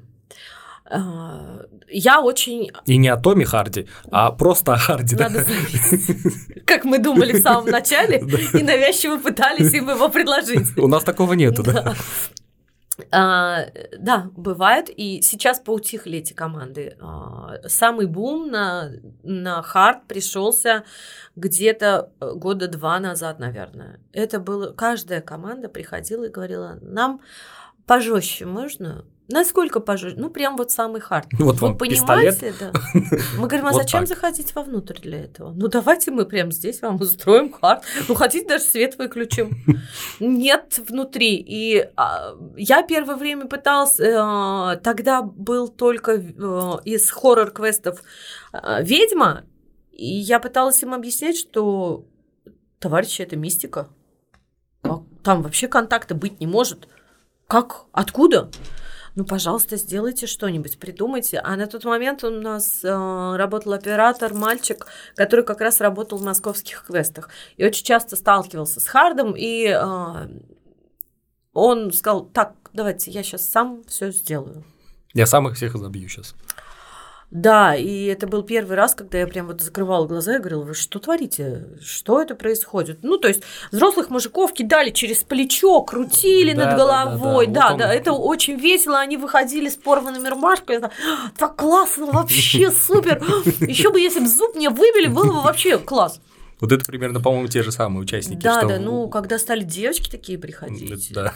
Я очень... И не о Томе Харди, а просто о Харди. Надо зависеть. Как мы думали в самом начале, и навязчиво пытались им его предложить. У нас такого нету, да? Да, бывает, и сейчас поутихли эти команды. Самый бум на хард пришелся где-то 2 года назад, наверное. Это было, каждая команда приходила и говорила, нам пожестче можно? Насколько пожестче? Ну, прям вот самый хард. Вот вы понимаете, да? Мы говорим, а зачем заходить вовнутрь для этого? Ну, давайте мы прямо здесь вам устроим хард. Ну, хотите, даже свет выключим. Нет внутри. И я первое время пыталась, тогда был только из хоррор-квестов «Ведьма», и я пыталась им объяснять, что, товарищи, это мистика. Там вообще контакта быть не может. Как? Откуда? Ну, пожалуйста, сделайте что-нибудь, придумайте. А на тот момент у нас работал оператор, мальчик, который как раз работал в московских квестах. И очень часто сталкивался с хардом, и он сказал, так, давайте, я сейчас сам все сделаю. Я сам их всех забью сейчас. Да, и это был первый раз, когда я прям вот закрывала глаза и говорила, вы что творите? Что это происходит? Ну, то есть взрослых мужиков кидали через плечо, крутили над головой. Да, это очень весело. Они выходили с порванными рубашками. Так классно, вообще супер. Еще бы, если бы зуб мне выбили, было бы вообще класс. Вот это примерно, по-моему, те же самые участники. Да, ну, когда стали девочки такие приходить, это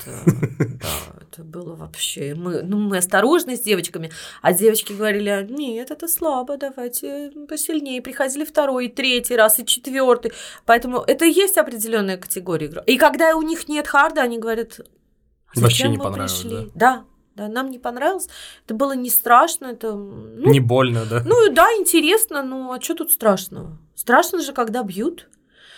было вообще... Мы осторожны с девочками, а девочки говорили, нет, это слабо, давайте посильнее. Приходили 2-й, 3-й раз, и 4-й. Поэтому это и есть определенная категория игроков. И когда у них нет харда, они говорят, вообще не понравилось, да? Да, нам не понравилось. Это было не страшно, это... не больно, да? Ну, да, интересно, но а что тут страшного? Страшно же, когда бьют.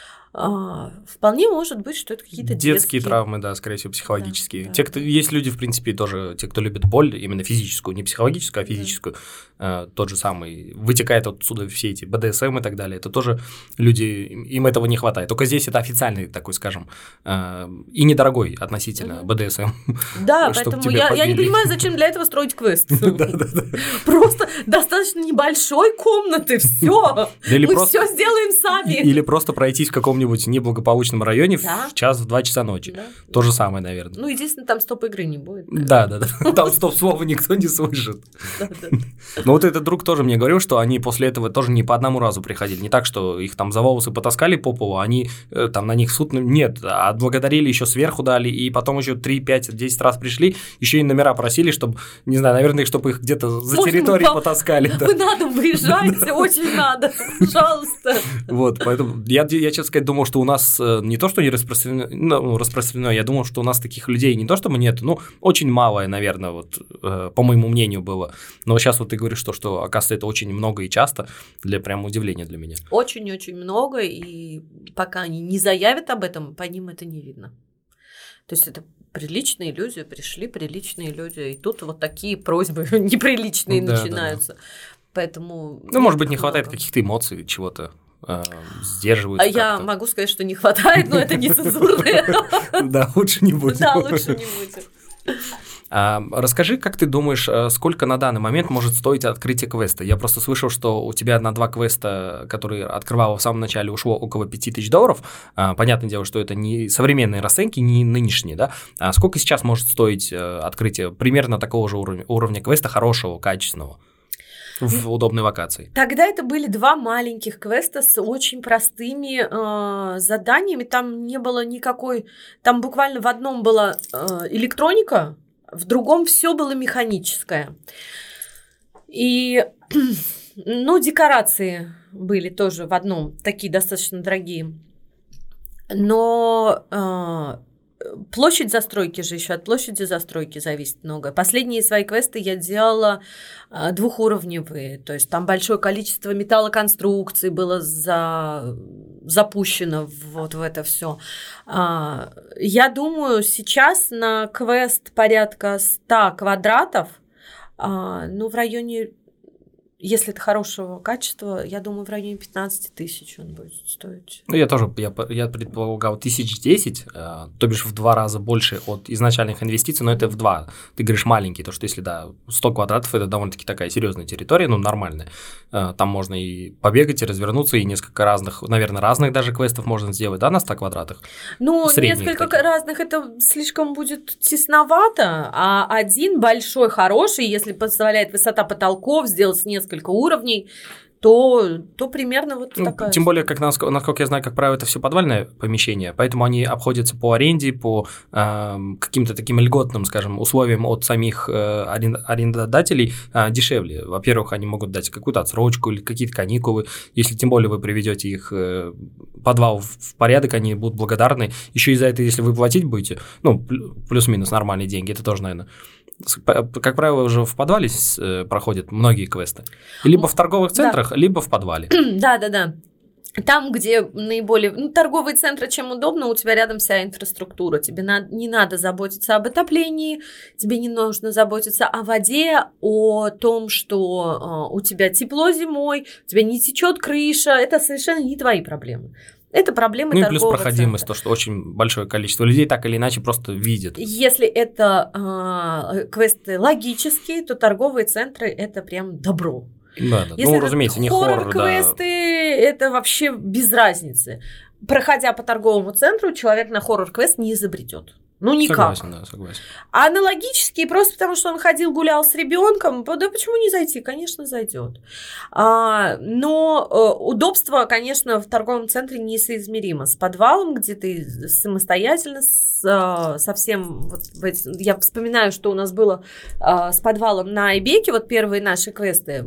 Вполне может быть, что это какие-то детские травмы, да, скорее всего, психологические. Да. Те, кто есть люди, в принципе, тоже, те, кто любит боль, именно физическую, не психологическую, а физическую, тот же самый, вытекает отсюда все эти БДСМ и так далее, это тоже люди, им этого не хватает. Только здесь это официальный такой, скажем, и недорогой относительно БДСМ. Да, поэтому я не понимаю, зачем для этого строить квест. Просто достаточно небольшой комнаты, все. Мы все сделаем сами. Или просто пройтись в каком-нибудь неблагополучном районе в час, в 2 часа ночи. Да. То же самое, наверное. Ну, единственное, там стоп-игры не будет. Да. Там стоп-слова никто не слышит. Но вот этот друг тоже мне говорил, что они после этого тоже не по одному разу приходили. Не так, что их там за волосы потаскали по полу, они там на них в суд... Нет, отблагодарили, еще сверху дали, и потом еще 3, 5, 10 раз пришли, еще и номера просили, чтобы, не знаю, наверное, чтобы их где-то за территорией потаскали. Вы на дом выезжаете, очень надо, пожалуйста. Вот, поэтому я, честно сказать, думал, что у нас не то, что не распространено, я думал, что у нас таких людей не то, чтобы нет, очень малое, наверное, вот, по моему мнению, было. Но сейчас вот ты говоришь, что оказывается, это очень много и часто, для прям удивления для меня. Очень-очень много, и пока они не заявят об этом, по ним это не видно. То есть это приличные люди, пришли приличные люди, и тут вот такие просьбы неприличные начинаются. Да. Поэтому... может быть, не хватает каких-то эмоций, чего-то. Сдерживаются. Я могу сказать, что не хватает, но это не цензурное. Да, лучше не будем. Да, лучше не будем. Расскажи, как ты думаешь, сколько на данный момент может стоить открытие квеста? Я просто слышал, что у тебя на 2 квеста, которые открывала в самом начале, ушло около $5000. Понятное дело, что это не современные расценки, не нынешние, да? А сколько сейчас может стоить открытие примерно такого же уровня квеста, хорошего, качественного? в удобной локации. Тогда это были 2 маленьких квеста с очень простыми заданиями. Там не было никакой... Там буквально в одном была электроника, в другом все было механическое. И, декорации были тоже в одном, такие достаточно дорогие. Но площадь застройки же еще от площади застройки зависит много. Последние свои квесты я делала 2-уровневые, то есть там большое количество металлоконструкций было запущено вот в это все. Я думаю, сейчас на квест порядка 100 квадратов, в районе, если это хорошего качества, я думаю, в районе 15 тысяч он будет стоить. Я предполагал 1010, то бишь в 2 раза больше от изначальных инвестиций, но это в 2. Ты говоришь маленький, то что если, 100 квадратов, это довольно-таки такая серьезная территория, нормальная. Там можно и побегать, и развернуться, и несколько разных, наверное, разных даже квестов можно сделать, на 100 квадратах? Несколько разных, это слишком будет тесновато, а один большой, хороший, если позволяет высота потолков, сделать несколько уровней, то примерно вот такая. Тем более, насколько я знаю, как правило, это все подвальное помещение, поэтому они обходятся по аренде, по каким-то таким льготным, скажем, условиям от самих арендодателей дешевле. Во-первых, они могут дать какую-то отсрочку или какие-то каникулы. Если тем более вы приведете их подвал в порядок, они будут благодарны. Еще и за это, если вы платить будете, плюс-минус нормальные деньги, это тоже, наверное. Как правило, уже в подвале проходят многие квесты. Либо в торговых центрах, либо в подвале. Да. Там, где наиболее... торговые центры, чем удобно, у тебя рядом вся инфраструктура. Тебе не надо заботиться об отоплении, тебе не нужно заботиться о воде, о том, что у тебя тепло зимой, у тебя не течет крыша. Это совершенно не твои проблемы. Это проблемы торгового центра. И плюс проходимость, то, что очень большое количество людей так или иначе просто видят. Если это квесты логические, то торговые центры – это прям добро. Да. Если разумеется, не хоррор-квесты, это вообще без разницы. Проходя по торговому центру, человек на хоррор-квест не изобретет. Никак. Согласен. А аналогические, просто потому что он ходил, гулял с ребенком, да почему не зайти? Конечно, зайдет. Но удобство, конечно, в торговом центре несоизмеримо с подвалом, где ты самостоятельно совсем... я вспоминаю, что у нас было с подвалом на Айбеке, первые наши квесты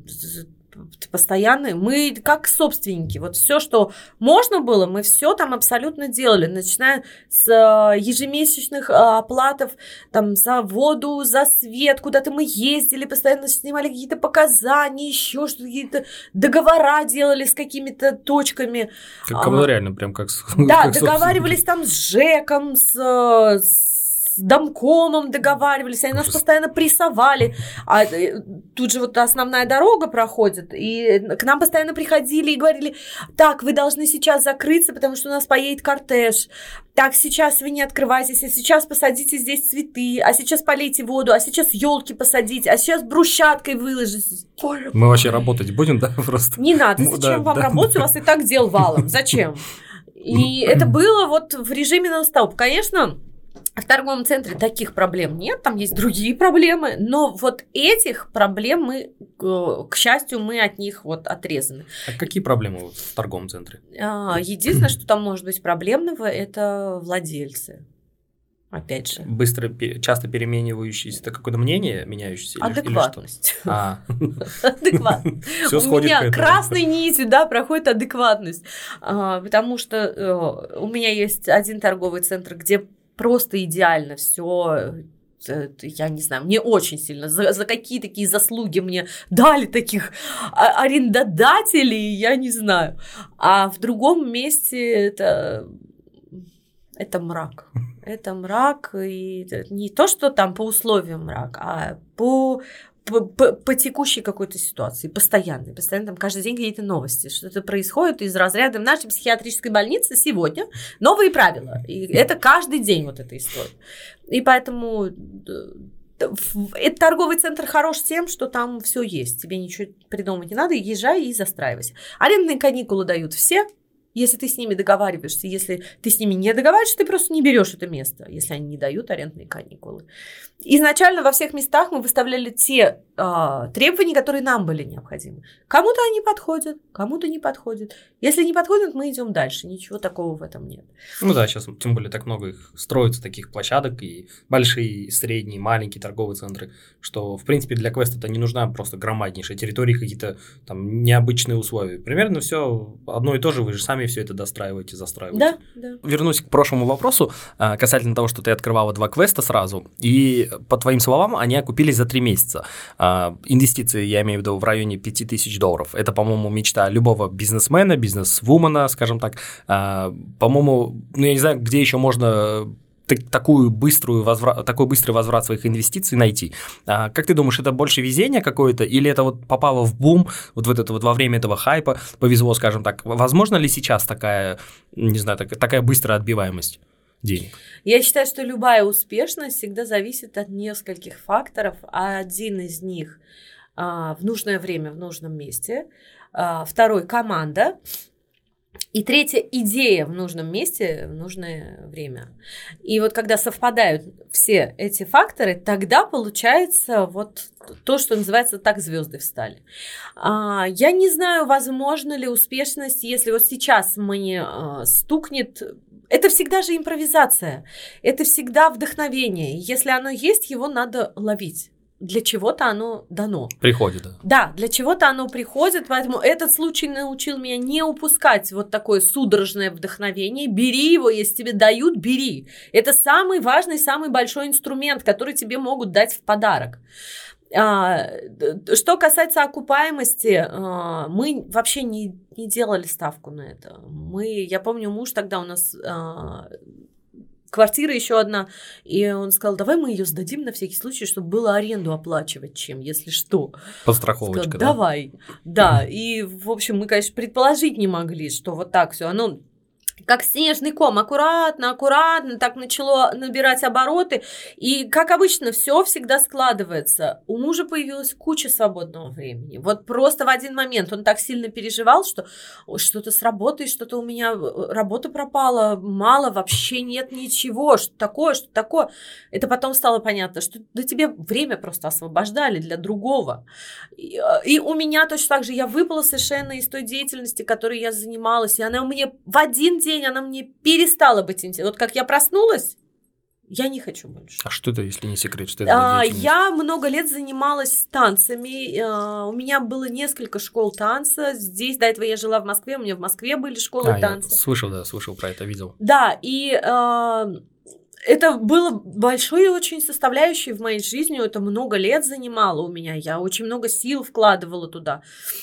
постоянные, мы как собственники, все, что можно было, мы все там абсолютно делали, начиная с ежемесячных оплатов там за воду, за свет, куда-то мы ездили, постоянно снимали какие-то показания, еще что-то, какие-то договора делали с какими-то точками. Реально, прям как... Да, договаривались там с ЖЭКом, с домкомом договаривались, они нас постоянно прессовали. А тут же основная дорога проходит, и к нам постоянно приходили и говорили: так, вы должны сейчас закрыться, потому что у нас поедет кортеж. Так, сейчас вы не открывайтесь, а сейчас посадите здесь цветы, а сейчас полейте воду, а сейчас елки посадите, а сейчас брусчаткой выложите. Мы вообще работать будем, да, просто? Не надо, зачем вам работать, у вас и так дел валом, зачем? И это было в режиме нон-стоп. Конечно, в торговом центре таких проблем нет, там есть другие проблемы, но этих проблем к счастью, мы от них отрезаны. А какие проблемы в торговом центре? Единственное, что там может быть проблемного, это владельцы. Опять же. Быстро, часто переменивающиеся, это какое-то мнение меняющееся? Адекватность. Адекватность. У меня красной нитью, проходит адекватность. Потому что у меня есть один торговый центр, где просто идеально все, я не знаю, мне очень сильно, за какие такие заслуги мне дали таких арендодателей, я не знаю. А в другом месте это мрак. Это мрак, и не то, что там по условиям мрак, а по текущей какой-то ситуации, постоянно там каждый день какие-то новости, что-то происходит из разряда в нашей психиатрической больнице сегодня новые правила, и это каждый день эта история. И поэтому этот торговый центр хорош тем, что там все есть, тебе ничего придумать не надо, езжай и застраивайся. Арендные каникулы дают все, Если ты с ними договариваешься, если ты с ними не договариваешься, ты просто не берешь это место, если они не дают арендные каникулы. Изначально во всех местах мы выставляли те требования, которые нам были необходимы. Кому-то они подходят, кому-то не подходят. Если не подходят, мы идем дальше. Ничего такого в этом нет. Ну да, сейчас тем более так много их строится, таких площадок, и большие, и средние, маленькие торговые центры, что, в принципе, для квеста-то не нужна просто громаднейшая территория, какие-то там необычные условия. Примерно все одно и то же, вы же сами все это достраиваете, застраиваете. Да. Вернусь к прошлому вопросу касательно того, что ты открывала 2 квеста сразу, и по твоим словам, они окупились за 3 месяца. Инвестиции, я имею в виду, в районе $5000. Это, по-моему, мечта любого бизнесмена, бизнес-вумана, скажем так. По-моему, я не знаю, где еще можно такой быстрый возврат своих инвестиций найти. Как ты думаешь, это больше везение какое-то, или это вот попало в бум, вот в это вот во время этого хайпа повезло, скажем так? Возможно ли сейчас такая, не знаю, такая быстрая отбиваемость денег? Я считаю, что любая успешность всегда зависит от нескольких факторов, а один из них в нужное время, в нужном месте, второй – команда, и третье – идея в нужном месте, в нужное время. И вот когда совпадают все эти факторы, тогда получается вот то, что называется «так звезды встали». Я не знаю, возможно ли успешность, если вот сейчас мне стукнет. Это всегда же импровизация, это всегда вдохновение. Если оно есть, его надо ловить. Для чего-то оно дано. Приходит, да. Да, для чего-то оно приходит, поэтому этот случай научил меня не упускать вот такое судорожное вдохновение. Бери его, если тебе дают, бери. Это самый важный, самый большой инструмент, который тебе могут дать в подарок. Что касается окупаемости, мы вообще не делали ставку на это. Я помню, муж тогда у нас... Квартира еще одна, и он сказал, давай мы ее сдадим на всякий случай, чтобы было аренду оплачивать чем, если что. Подстраховочка, сказал, давай, да. И, в общем, мы, конечно, предположить не могли, что вот так все, оно как снежный ком, аккуратно, так начало набирать обороты. И, как обычно, все всегда складывается. У мужа появилась куча свободного времени. Вот просто в один момент он так сильно переживал, что что-то с работой, что-то у меня работа пропала, мало, вообще нет ничего, что такое. Это потом стало понятно, что да тебе время просто освобождали для другого. И у меня точно так же, я выпала совершенно из той деятельности, которой я занималась, и она у меня в один день она мне перестала быть интересной. Вот как я проснулась, я не хочу больше. А что это, если не секрет? Что это я много лет занималась танцами. У меня было несколько школ танца. Здесь, до этого я жила в Москве, у меня в Москве были школы танца. Я слышал про это, видел. Да, и это было большой очень составляющей в моей жизни. Это много лет занимало у меня. Я очень много сил вкладывала туда.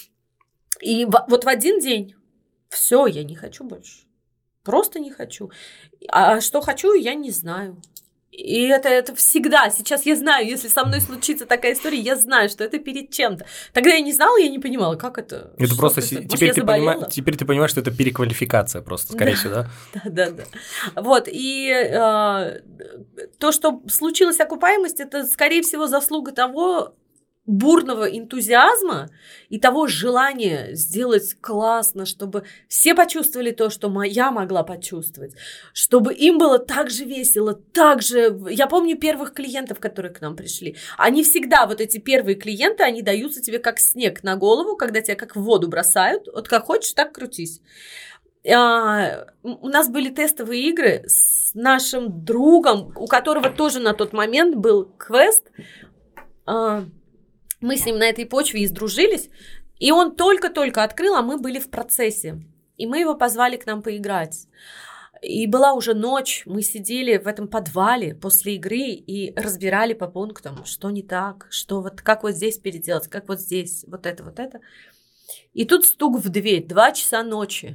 И вот в один день все, я не хочу больше. Просто не хочу. А что хочу, я не знаю. И это всегда. Сейчас я знаю, если со мной случится такая история, я знаю, что это перед чем-то. Тогда я не знала, я не понимала, как это. Это просто теперь ты понимаешь, что это переквалификация просто, скорее всего, да? Да. Вот, и то, что случилась окупаемость, это, скорее всего, заслуга того бурного энтузиазма и того желания сделать классно, чтобы все почувствовали то, что я могла почувствовать, чтобы им было так же весело, так же... Я помню первых клиентов, которые к нам пришли. Они всегда, вот эти первые клиенты, они даются тебе как снег на голову, когда тебя как в воду бросают. Вот как хочешь, так крутись. У нас были тестовые игры с нашим другом, у которого тоже на тот момент был квест. Мы с ним на этой почве и сдружились, и он только-только открыл, а мы были в процессе. И мы его позвали к нам поиграть. И была уже ночь, мы сидели в этом подвале после игры и разбирали по пунктам, что не так, что вот как вот здесь переделать, как вот здесь, вот это. И тут стук в дверь, 2 часа ночи.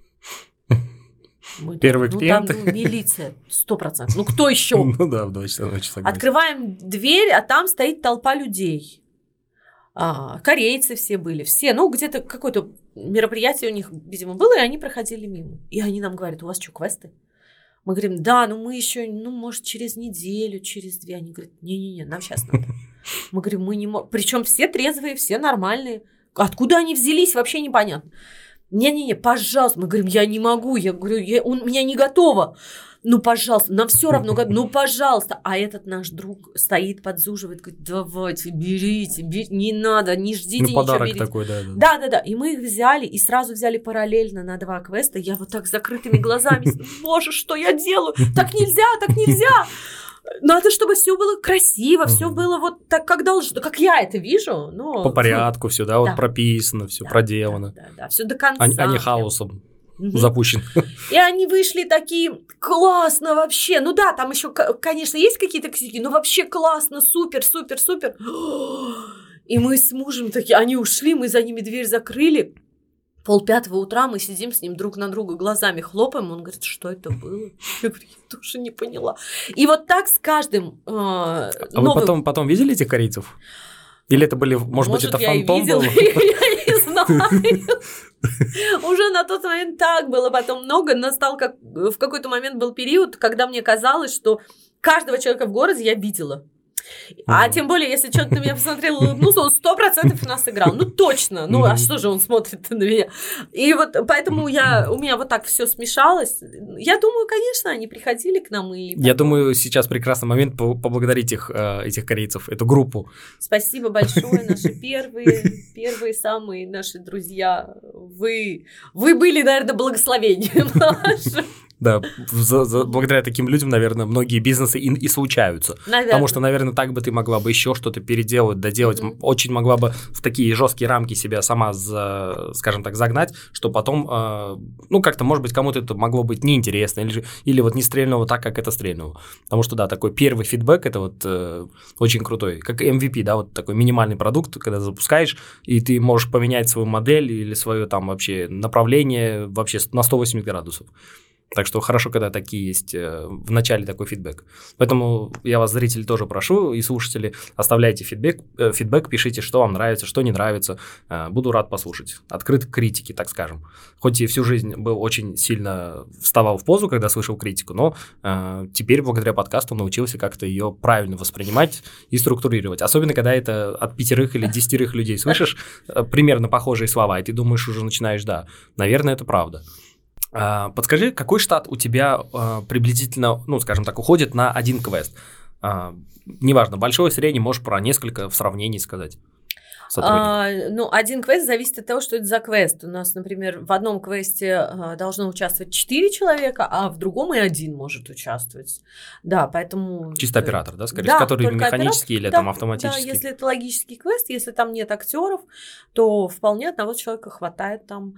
Первый клиент. Там, милиция, 100%. Ну, кто еще? Ну да, в 2 часа ночи согласен. Открываем дверь, а там стоит толпа людей. Корейцы все были, все, где-то какое-то мероприятие у них, видимо, было, и они проходили мимо. И они нам говорят, у вас что, квесты? Мы говорим, да, мы еще, может, через неделю, через 2. Они говорят, не-не-не, нам сейчас надо. Мы говорим, мы не можем. Причем все трезвые, все нормальные. Откуда они взялись, вообще непонятно. Не-не-не, пожалуйста. Мы говорим, я не могу. Я говорю, у меня не готово. Ну, пожалуйста, нам все равно, ну, пожалуйста. А этот наш друг стоит, подзуживает, говорит, давайте, берите, не надо, не ждите ничего. Подарок берите. такой, да. Да. И мы их взяли, и сразу взяли параллельно на 2 квеста. Я вот так с закрытыми глазами, боже, что я делаю? Так нельзя. Надо, чтобы все было красиво, все было вот так, как должно, как я это вижу. Но... По порядку все, да, вот прописано, все проделано. Да, все до конца. А не хаосом. Запущен. И они вышли такие, классно вообще. Ну да, там еще, конечно, есть какие-то косяки, но вообще классно, супер. И мы с мужем такие, они ушли, мы за ними дверь закрыли. 4:30 утра мы сидим с ним друг на друга глазами хлопаем. Он говорит, что это было? Я говорю, я тоже не поняла. И вот так с каждым новым... Вы потом видели этих корейцев? Или это были, может быть, это фантом был? Я не знаю. Уже на тот момент так было, потом много. Настал в какой-то момент был период, когда мне казалось, что каждого человека в городе я видела. А тем более, если что-то на меня посмотрел, улыбнулся, он 100% нас играл. Ну, точно. Ну, а что же он смотрит на меня? И вот поэтому у меня вот так все смешалось. Я думаю, конечно, они приходили к нам. Я думаю, сейчас прекрасный момент поблагодарить этих корейцев, эту группу. Спасибо большое, наши первые самые наши друзья. Вы были, наверное, благословением нашим. Да, благодаря таким людям, наверное, многие бизнесы и случаются. Наверное. Потому что, наверное, так бы ты могла бы еще что-то переделать, доделать. Очень могла бы в такие жесткие рамки себя сама, скажем так, загнать, что потом, как-то, может быть, кому-то это могло быть неинтересно или вот не стрельнуло так, как это стрельнуло. Потому что, да, такой первый фидбэк – это вот очень крутой. Как MVP, да, вот такой минимальный продукт, когда запускаешь, и ты можешь поменять свою модель или свое там вообще направление вообще на 180 градусов. Так что хорошо, когда такие есть в начале такой фидбэк. Поэтому я вас, зрители, тоже прошу, и слушатели, оставляйте фидбэк, пишите, что вам нравится, что не нравится. Буду рад послушать. Открыт к критике, так скажем. Хоть и всю жизнь был очень сильно вставал в позу, когда слышал критику, но теперь благодаря подкасту научился как-то ее правильно воспринимать и структурировать. Особенно, когда это от 5 или 10 людей слышишь примерно похожие слова, и ты думаешь, уже начинаешь, да, наверное, это правда. Подскажи, какой штат у тебя приблизительно, скажем так, уходит на один квест? Неважно, большой, средний, можешь про несколько в сравнении сказать. Один квест зависит от того, что это за квест. У нас, например, в одном квесте должно участвовать 4 человека, а в другом и 1 может участвовать. Да, поэтому... Чисто оператор, да, скорее, который механический или там автоматический? Да, если это логический квест, если там нет актеров, то вполне одного человека хватает там.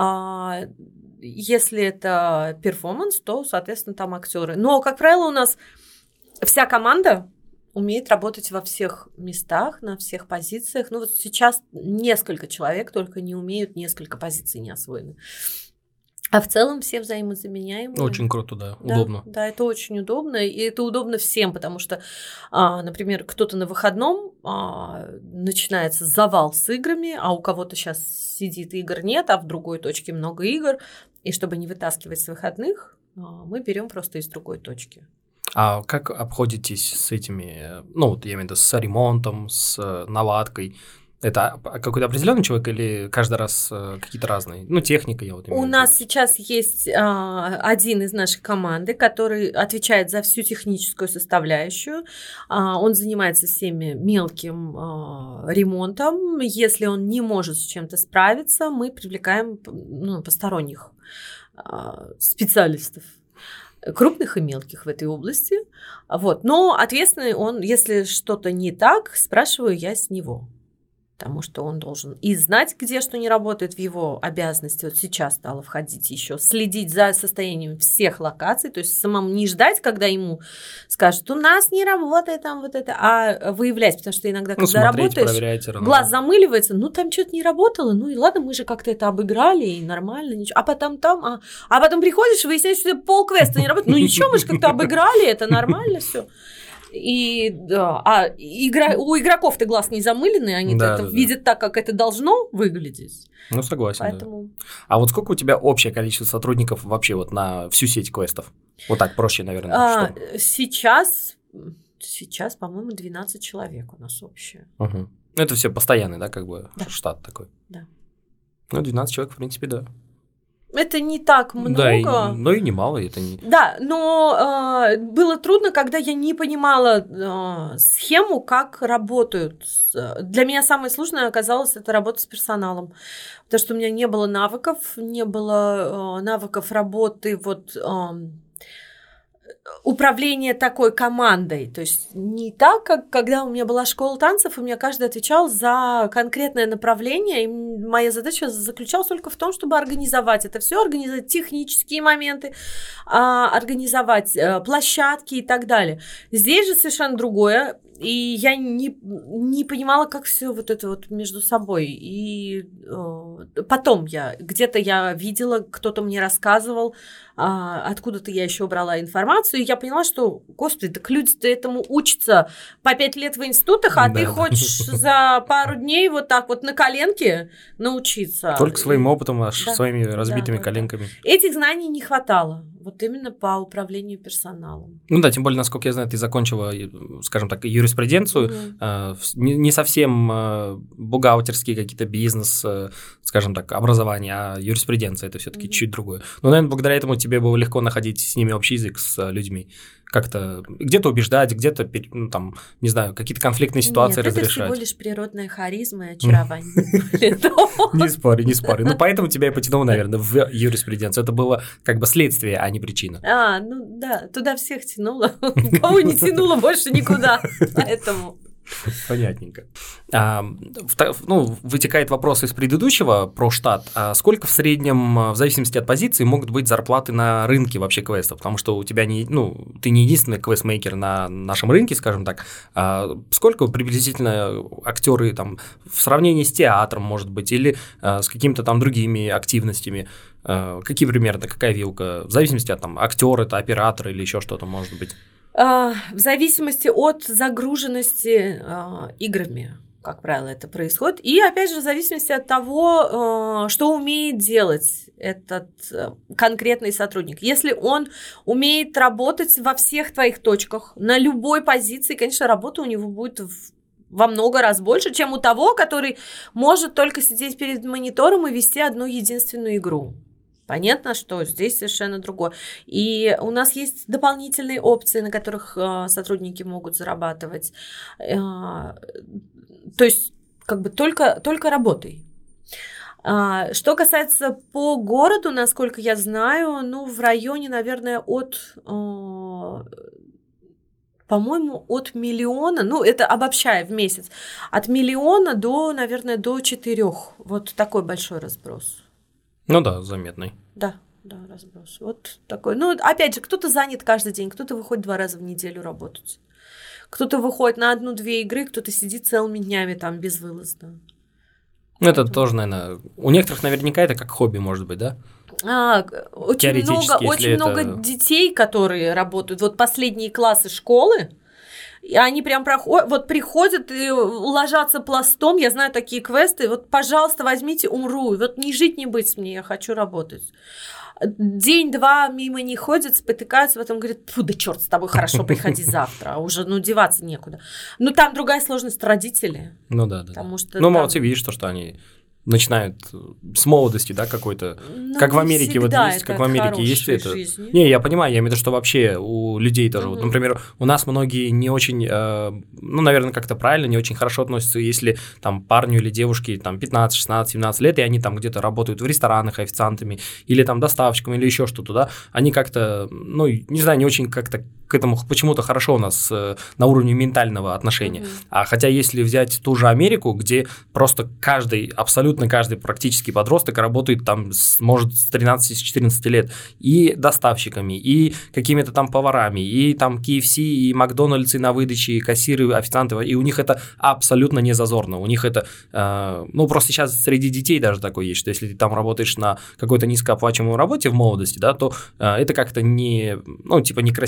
Если это перформанс, то, соответственно, там актеры. Но, как правило, у нас вся команда умеет работать во всех местах, на всех позициях. Ну, вот сейчас несколько человек только не умеют, несколько позиций не освоены. А в целом все взаимозаменяемые. Очень круто, да, удобно. Да, это очень удобно, и это удобно всем, потому что, например, кто-то на выходном начинается завал с играми, а у кого-то сейчас сидит игр нет, а в другой точке много игр, и чтобы не вытаскивать с выходных, мы берем просто из другой точки. А как обходитесь с этими, я имею в виду, с ремонтом, с наладкой? Это какой-то определенный человек или каждый раз какие-то разные? Техника, я вот имею в виду. У нас сейчас есть один из нашей команды, который отвечает за всю техническую составляющую. Он занимается всеми мелким ремонтом. Если он не может с чем-то справиться, мы привлекаем посторонних специалистов, крупных и мелких в этой области. Вот. Но ответственный он, если что-то не так, спрашиваю я с него. Потому что он должен и знать, где что не работает в его обязанности. Вот сейчас стало входить еще, следить за состоянием всех локаций, то есть самому не ждать, когда ему скажут, у нас не работает там вот это, а выявлять, потому что иногда, когда работаешь, глаз замыливается, там что-то не работало, и ладно, мы же как-то это обыграли, и нормально, ничего. А потом приходишь и выясняешь, что полквеста не работает, ничего, мы же как-то обыграли, это нормально все. И да, у игроков-то глаз не замыленный, они видят так, как это должно выглядеть. Согласен. Поэтому... Да. А вот сколько у тебя общее количество сотрудников вообще вот на всю сеть квестов? Вот так проще, наверное. Сейчас, по-моему, 12 человек у нас общее. Угу. Это все постоянный, да, штат такой? Да. Ну, 12 человек, в принципе, да. Это не так много. Да, но и немало. Это не... Да, но было трудно, когда я не понимала схему, как работают. Для меня самое сложное оказалось это работа с персоналом, потому что у меня не было навыков работы управление такой командой. То есть не так, как когда у меня была школа танцев, у меня каждый отвечал за конкретное направление, и моя задача заключалась только в том, чтобы организовать это все, организовать технические моменты, организовать площадки и так далее. Здесь же совершенно другое. И я не понимала, как все вот это вот между собой. И потом где-то я видела, кто-то мне рассказывал, откуда-то я еще брала информацию, и я поняла, что, господи, так люди-то этому учатся по 5 лет в институтах, а ты хочешь за пару дней вот так вот на коленке научиться. Только своим опытом, своими разбитыми коленками. Этих знаний не хватало, вот именно по управлению персоналом. Ну да, тем более, насколько я знаю, ты закончила, скажем так, юриспруденцию, не совсем бухгалтерские какие-то бизнес, скажем так, образование, а юриспруденция – это все-таки чуть другое. Но, наверное, благодаря этому тебе было легко находить с ними общий язык, с людьми. Как-то где-то убеждать, где-то, там, не знаю, какие-то конфликтные ситуации разрешать. Это всего лишь природная харизма и очарование. Не спорю. Ну, поэтому тебя и потянуло, наверное, в юриспруденцию. Это было как бы следствие, а не причина. Ну да, туда всех тянуло. Кого не тянуло, больше никуда. Поэтому... Понятненько. Вытекает вопрос из предыдущего про штат. А сколько в среднем, в зависимости от позиции, могут быть зарплаты на рынке вообще квестов? Потому что у тебя ты не единственный квест-мейкер на нашем рынке, скажем так. Сколько приблизительно актеры там в сравнении с театром, может быть, или с какими-то там другими активностями? Какие примерно, какая вилка? В зависимости от актера, это оператор или еще что-то может быть? В зависимости от загруженности играми, как правило, это происходит. И, опять же, в зависимости от того, что умеет делать этот конкретный сотрудник. Если он умеет работать во всех твоих точках, на любой позиции, конечно, работа у него будет во много раз больше, чем у того, который может только сидеть перед монитором и вести одну единственную игру. Понятно, что здесь совершенно другое. И у нас есть дополнительные опции, на которых сотрудники могут зарабатывать. То есть, как бы только работай. Что касается по городу, насколько я знаю, в районе, наверное, по-моему, от миллиона, это обобщая в месяц, от миллиона до, наверное, до 4. Вот такой большой разброс. Ну да, заметный. Да, разброс. Вот такой. Опять же, кто-то занят каждый день, кто-то выходит 2 раза в неделю работать. Кто-то выходит на 1-2 игры, кто-то сидит целыми днями там безвылазно. Это тоже, наверное, у некоторых наверняка это как хобби, может быть, да? Очень много детей, которые работают. Вот последние классы школы, и они прям приходят и ложатся пластом. Я знаю такие квесты. Вот, пожалуйста, возьмите, умру. Вот не жить, не быть мне, я хочу работать. День-два мимо не ходят, спотыкаются, потом говорят: фу, да черт с тобой, хорошо, приходи завтра, а уже, деваться некуда. Там другая сложность родители. Да. Потому что молодцы, видишь, что они начинают с молодости, да, какой-то, как в Америке вот есть, как в Америке есть это. Жизни. Не, я понимаю, я имею в виду, что вообще у людей тоже, вот, например, у нас многие не очень, наверное, как-то правильно, не очень хорошо относятся, если там парню или девушке там 15, 16, 17 лет, и они там где-то работают в ресторанах официантами, или там доставщиками, или еще что-то, да, они как-то, не знаю, не очень как-то к этому почему-то хорошо у нас на уровне ментального отношения. А хотя если взять ту же Америку, где просто абсолютно каждый практически подросток работает там, может, с 13-14 лет и доставщиками, и какими-то там поварами, и там KFC, и Макдональдсы на выдаче, и кассиры, официанты, и у них это абсолютно не зазорно. У них это, просто сейчас среди детей даже такое есть, что если ты там работаешь на какой-то низкооплачиваемой работе в молодости, да, то это как-то некрасиво или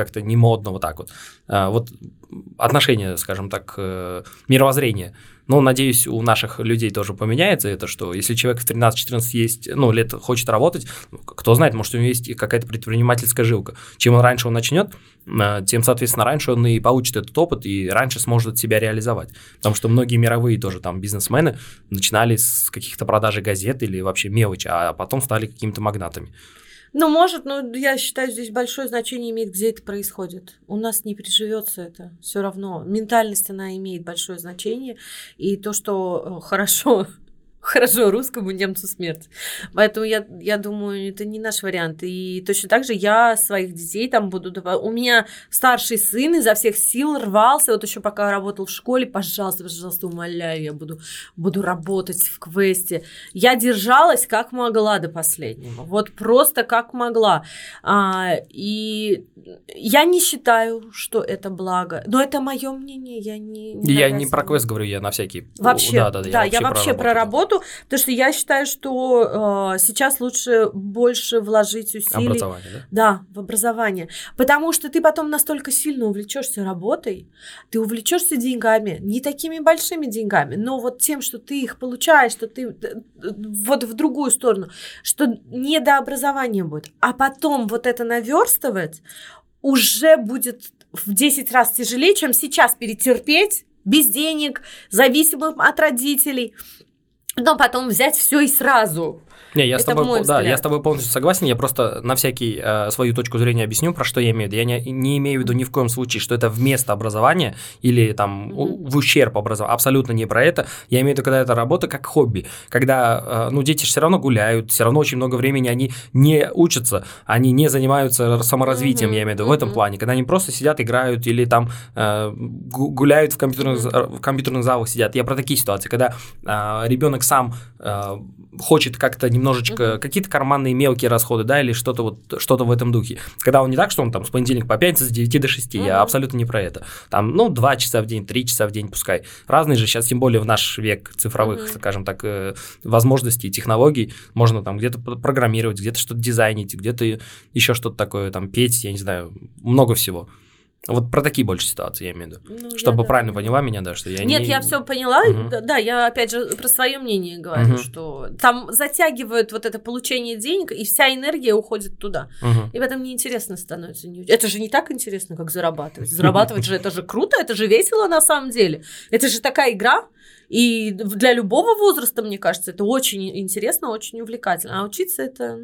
как-то не модно вот так вот. Вот отношение, скажем так, мировоззрение. Ну, надеюсь, у наших людей тоже поменяется это, что если человек в 13-14 есть, лет хочет работать, кто знает, может, у него есть какая-то предпринимательская жилка. Чем раньше он начнет, тем, соответственно, раньше он и получит этот опыт, и раньше сможет себя реализовать. Потому что многие мировые тоже там бизнесмены начинали с каких-то продажи газет или вообще мелочи, а потом стали какими-то магнатами. Может, но я считаю, здесь большое значение имеет, где это происходит. У нас не приживется это все равно. Ментальность, она имеет большое значение. И то, что хорошо русскому, немцу смерть. Поэтому я думаю, это не наш вариант. И точно так же я своих детей там буду... У меня старший сын изо всех сил рвался, вот еще пока работал в школе, пожалуйста, умоляю, я буду работать в квесте. Я держалась как могла до последнего. Вот просто как могла. И я не считаю, что это благо. Но это мое мнение. Я не про квест говорю, я на всякий... Вообще, я вообще про работу. Потому что я считаю, что сейчас лучше больше вложить усилий. Образование, да? Да, в образование. Потому что ты потом настолько сильно увлечешься работой, ты увлечешься деньгами, не такими большими деньгами, но вот тем, что ты их получаешь, что ты вот в другую сторону, что не до образования будет. А потом вот это наверстывать уже будет в 10 раз тяжелее, чем сейчас перетерпеть без денег, зависимым от родителей. Но потом взять все и сразу. Я с тобой полностью согласен. Я просто на всякий свою точку зрения объясню, про что я имею в виду. Я не имею в виду ни в коем случае, что это вместо образования или там в ущерб образованию. Абсолютно не про это. Я имею в виду, когда это работа как хобби. Когда дети все равно гуляют, все равно очень много времени они не учатся, они не занимаются саморазвитием, я имею в виду, в этом плане. Когда они просто сидят, играют или там гуляют в компьютерных залах сидят. Я про такие ситуации, когда ребенок сам хочет как-то немножечко какие-то карманные мелкие расходы, да, или что-то в этом духе. Когда он не так, что он там с понедельника по пятницу с 9 до 6, я абсолютно не про это. Там, 2 часа в день, 3 часа в день пускай. Разные же сейчас, тем более в наш век цифровых, скажем так, возможностей, технологий, можно там где-то программировать, где-то что-то дизайнить, где-то еще что-то такое, там, петь, я не знаю, много всего. Вот про такие больше ситуации я имею в виду. Чтобы правильно поняла меня, да, что я Нет, я все поняла. Да, я опять же про свое мнение говорю, что там затягивают вот это получение денег, и вся энергия уходит туда. И в этом неинтересно становится. Это же не так интересно, как зарабатывать. Зарабатывать же это же круто, это же весело на самом деле. Это же такая игра. И для любого возраста, мне кажется, это очень интересно, очень увлекательно. А учиться это,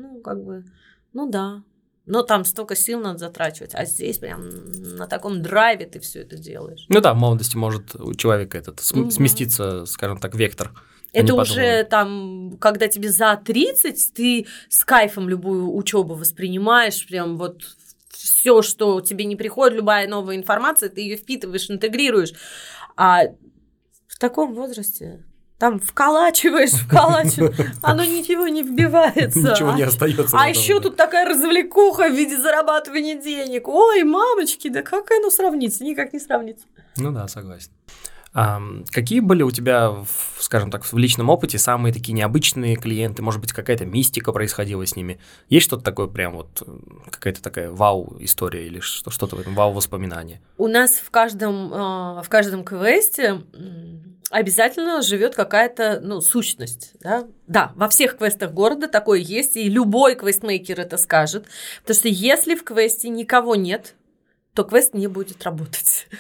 да. Но там столько сил надо затрачивать, а здесь прям на таком драйве ты все это делаешь. В молодости может у человека сместиться, скажем так, вектор. Это уже там, когда тебе за 30, ты с кайфом любую учебу воспринимаешь, прям вот все, что тебе не приходит, любая новая информация, ты ее впитываешь, интегрируешь. А в таком возрасте... Там вколачиваешь, оно ничего не вбивается. Ничего не остается. А еще тут такая развлекуха в виде зарабатывания денег. Ой, мамочки, да как оно сравнится? Никак не сравнится. Да, согласен. Какие были у тебя, скажем так, в личном опыте самые такие необычные клиенты? Может быть, какая-то мистика происходила с ними? Есть что-то такое прям вот, какая-то такая вау-история или что-то в этом вау-воспоминание? У нас в каждом квесте обязательно живет какая-то, сущность, да? Да, во всех квестах города такое есть, и любой квестмейкер это скажет, потому что если в квесте никого нет, то квест не будет работать.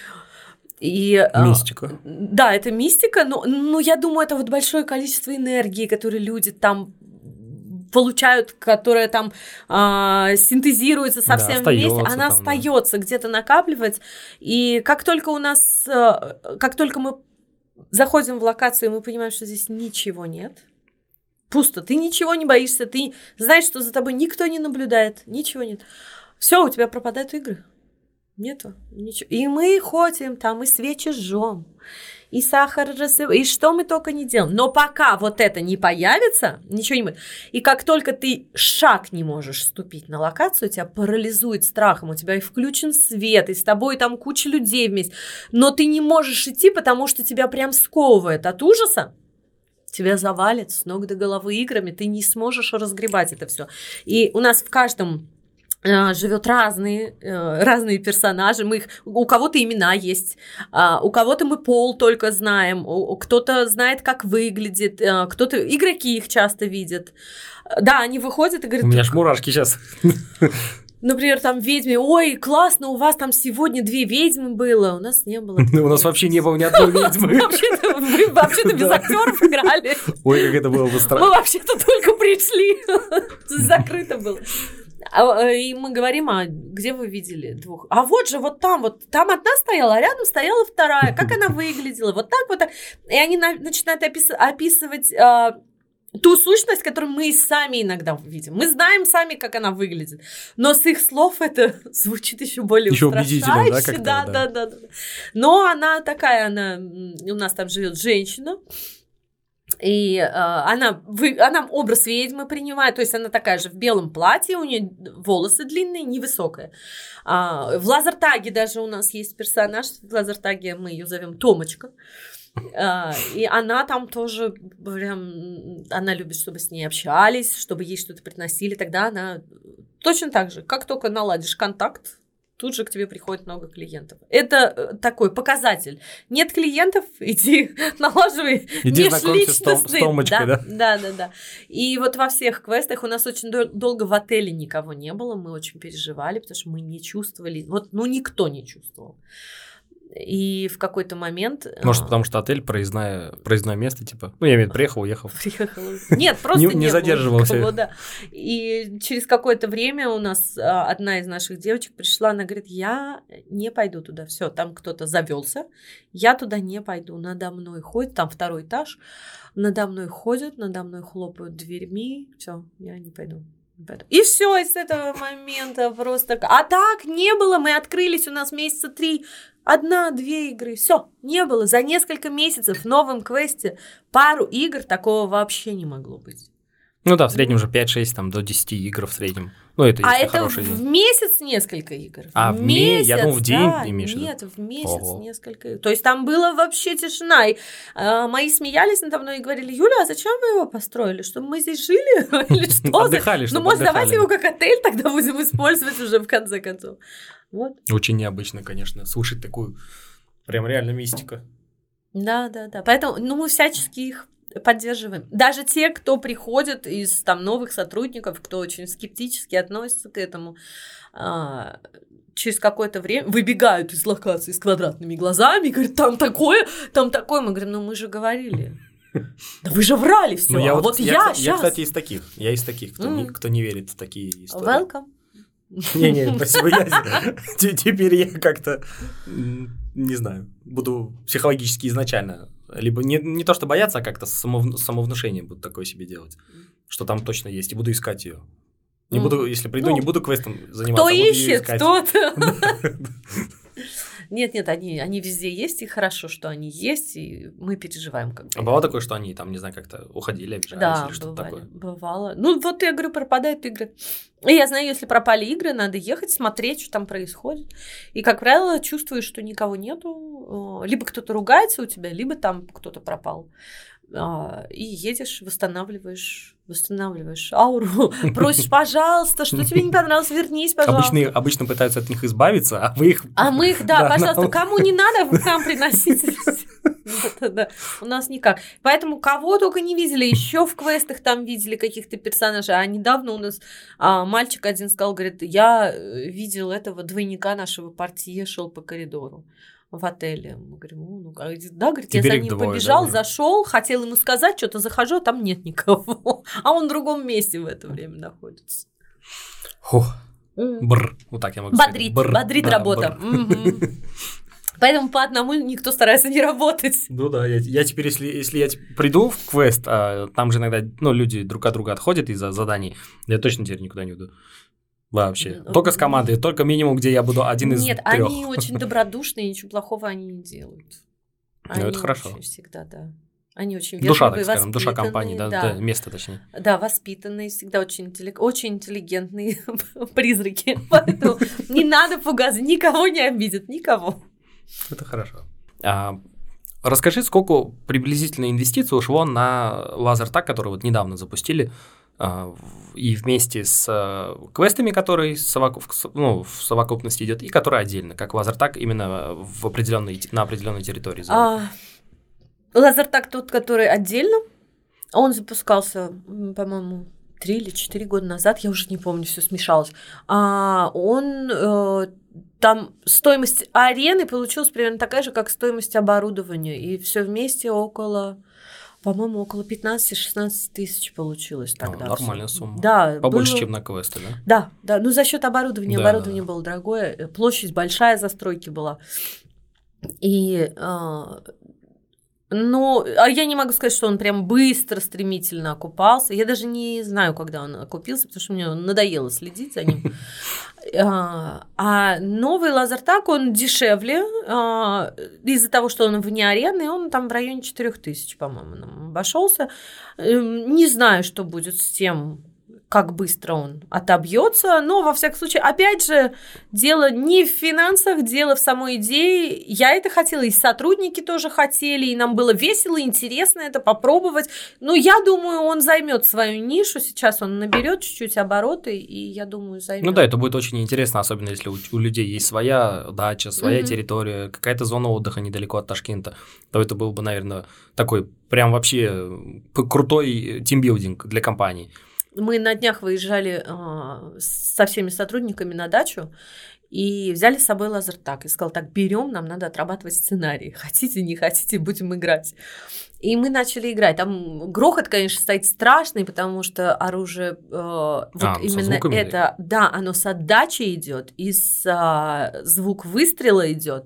Мистика. Да, это мистика, но я думаю, это вот большое количество энергии, которые люди там получают, которая там синтезируется совсем вместе, она остается где-то накапливать, и как только мы заходим в локацию, и мы понимаем, что здесь ничего нет, пусто, ты ничего не боишься, ты знаешь, что за тобой никто не наблюдает, ничего нет. Все, у тебя пропадают игры. Нету ничего. И мы ходим там, и свечи жжем, и сахар рассыпаем, и что мы только не делаем. Но пока вот это не появится, ничего не будет. И как только ты шаг не можешь ступить на локацию, тебя парализует страхом, у тебя и включен свет, и с тобой там куча людей вместе, но ты не можешь идти, потому что тебя прям сковывает от ужаса. Тебя завалит с ног до головы играми, ты не сможешь разгребать это все. И у нас в каждом живет разные персонажи, у кого-то имена есть, у кого-то мы пол только знаем, кто-то знает, как выглядит, кто-то, игроки их часто видят. Да, они выходят и говорят... У меня аж мурашки сейчас. Например, там ведьме, ой, классно, у вас там сегодня 2 ведьмы было, у нас не было. У нас вообще не было ни одной ведьмы. Вы вообще-то без актеров играли. Ой, как это было бы странно. Мы вообще-то только пришли, закрыто было. И мы говорим, а где вы видели 2? А вот же, вот там одна стояла, а рядом стояла вторая. Как она выглядела? Вот так, вот так. И они начинают описывать ту сущность, которую мы сами иногда видим. Мы знаем сами, как она выглядит. Но с их слов это звучит еще более устрашающе. Да. Но она такая, у нас там живет женщина. И она образ ведьмы принимает, то есть она такая же в белом платье, у нее волосы длинные, невысокая. В лазертаге даже у нас есть персонаж, в лазертаге мы ее зовем Томочка. И она там тоже прям, она любит, чтобы с ней общались, чтобы ей что-то приносили, тогда она точно так же, как только наладишь контакт, тут же к тебе приходит много клиентов. Это такой показатель. Нет клиентов, иди налаживай межличностные. С Томочкой, да? Да. И вот во всех квестах у нас очень долго в отеле никого не было, мы очень переживали, потому что мы не чувствовали, никто не чувствовал. И в какой-то момент... Может, потому что отель проездное место, типа... я имею в виду, приехал, уехал. Нет, просто не задерживался. Да. И через какое-то время у нас одна из наших девочек пришла, она говорит, я не пойду туда, все, там кто-то завелся, я туда не пойду, надо мной ходит, там 2-й этаж, надо мной ходят, надо мной хлопают дверьми, все, я не пойду. И все, и с этого момента просто... А так не было, мы открылись, у нас месяца 3, 1-2 игры, все, не было. За несколько месяцев в новом квесте пару игр такого вообще не могло быть. Ну да, в среднем уже 5-6, там, до 10 игр в среднем. Ну, это хороший день. В месяц несколько игр. В месяц? Я думал, в день имеешь в виду? Нет, в месяц несколько игр. То есть там была вообще тишина. И мои смеялись надо мной и говорили, Юля, а зачем вы его построили? Чтобы мы здесь жили? Или что? Отдыхали, чтобы может, давайте его как отель тогда будем использовать уже в конце концов. Вот. Очень необычно, конечно, слушать такую прям реально мистику. Да. Поэтому, мы всячески их поддерживаем. Даже те, кто приходит из там новых сотрудников, кто очень скептически относится к этому, через какое-то время выбегают из локации с квадратными глазами и говорят, там такое. Мы говорим, мы же говорили. Да вы же врали все. Я, кстати, из таких. Я из таких, кто не верит в такие истории. Welcome. Не, спасибо, теперь я как-то, не знаю, буду психологически изначально, либо не то, что бояться, а как-то самовнушение буду такое себе делать, что там точно есть, и буду искать ее. Не буду, если приду, не буду квестом заниматься, кто буду ищет, искать. тот. Нет, они везде есть, и хорошо, что они есть, и мы переживаем как бы. А бывало такое, что они там, не знаю, как-то уходили, обижались или что-то такое? Да, бывало. Вот я говорю, пропадают игры. И я знаю, если пропали игры, надо ехать, смотреть, что там происходит. И, как правило, чувствуешь, что никого нету. Либо кто-то ругается у тебя, либо там кто-то пропал. И едешь, восстанавливаешь ауру, просишь, пожалуйста, что тебе не понравилось, вернись, пожалуйста. Обычно пытаются от них избавиться, а вы их... мы их, да, пожалуйста, кому не надо, к нам приносите. Да. У нас никак. Поэтому кого только не видели, еще в квестах там видели каких-то персонажей. А недавно у нас мальчик один сказал, говорит, я видел этого двойника нашего портье, шел по коридору в отеле. Мы говорим, да, говорит, я за ним побежал, зашел, хотел ему сказать, что-то захожу, а там нет никого. А он в другом месте в это время находится. Вот так я могу сказать. Бодрит работа. Поэтому по одному никто старается не работать. Ну да, я теперь, если я приду в квест, там же иногда люди друг от друга отходят из-за заданий, я точно теперь никуда не уйду. Вообще. Только с командой, только минимум, где я буду один из 3. Нет, они очень добродушные, ничего плохого они не делают. Это хорошо. Всегда, да. Они очень вежливые, душа, так скажем, душа компании, да, место точнее. Да, воспитанные, всегда очень интеллигентные призраки. Поэтому не надо пугаться, никого не обидят, никого. Это хорошо. Расскажи, сколько приблизительно инвестиций ушло на лазертаг, который вот недавно запустили. и вместе с квестами, которые в совокупности идет, и которые отдельно, как лазертаг именно на определенной территории. Лазертаг тот, который отдельно, он запускался, по-моему, 3 или 4 года назад, я уже не помню, все смешалось. Там стоимость арены получилась примерно такая же, как стоимость оборудования, и все вместе около 15-16 тысяч получилось тогда. Нормальная сумма. Да, побольше, чем на квесты, да? Да, ну за счет оборудования. Да, оборудование было дорогое, площадь большая застройки была. И я не могу сказать, что он прям быстро, стремительно окупался. Я даже не знаю, когда он окупился, потому что мне надоело следить за ним. А новый лазертаг, он дешевле, из-за того, что он вне арены, он там в районе 4000, по-моему, нам обошелся. Не знаю, что будет с тем, как быстро он отобьется, но, во всяком случае, опять же, дело не в финансах, дело в самой идее. Я это хотела, и сотрудники тоже хотели, и нам было весело, интересно это попробовать. Но я думаю, он займет свою нишу, сейчас он наберет чуть-чуть обороты, и я думаю, займет. Ну да, это будет очень интересно, особенно если у людей есть своя дача, своя территория, какая-то зона отдыха недалеко от Ташкента, то это был бы, наверное, такой прям вообще крутой тимбилдинг для компании. Мы на днях выезжали со всеми сотрудниками на дачу и взяли с собой лазертаг. И сказал, так, берем, нам надо отрабатывать сценарий. Хотите, не хотите, будем играть. И мы начали играть. Там грохот, конечно, стоит страшный, потому что оружие именно это, да, оно с отдачей идет, и звук выстрела идет.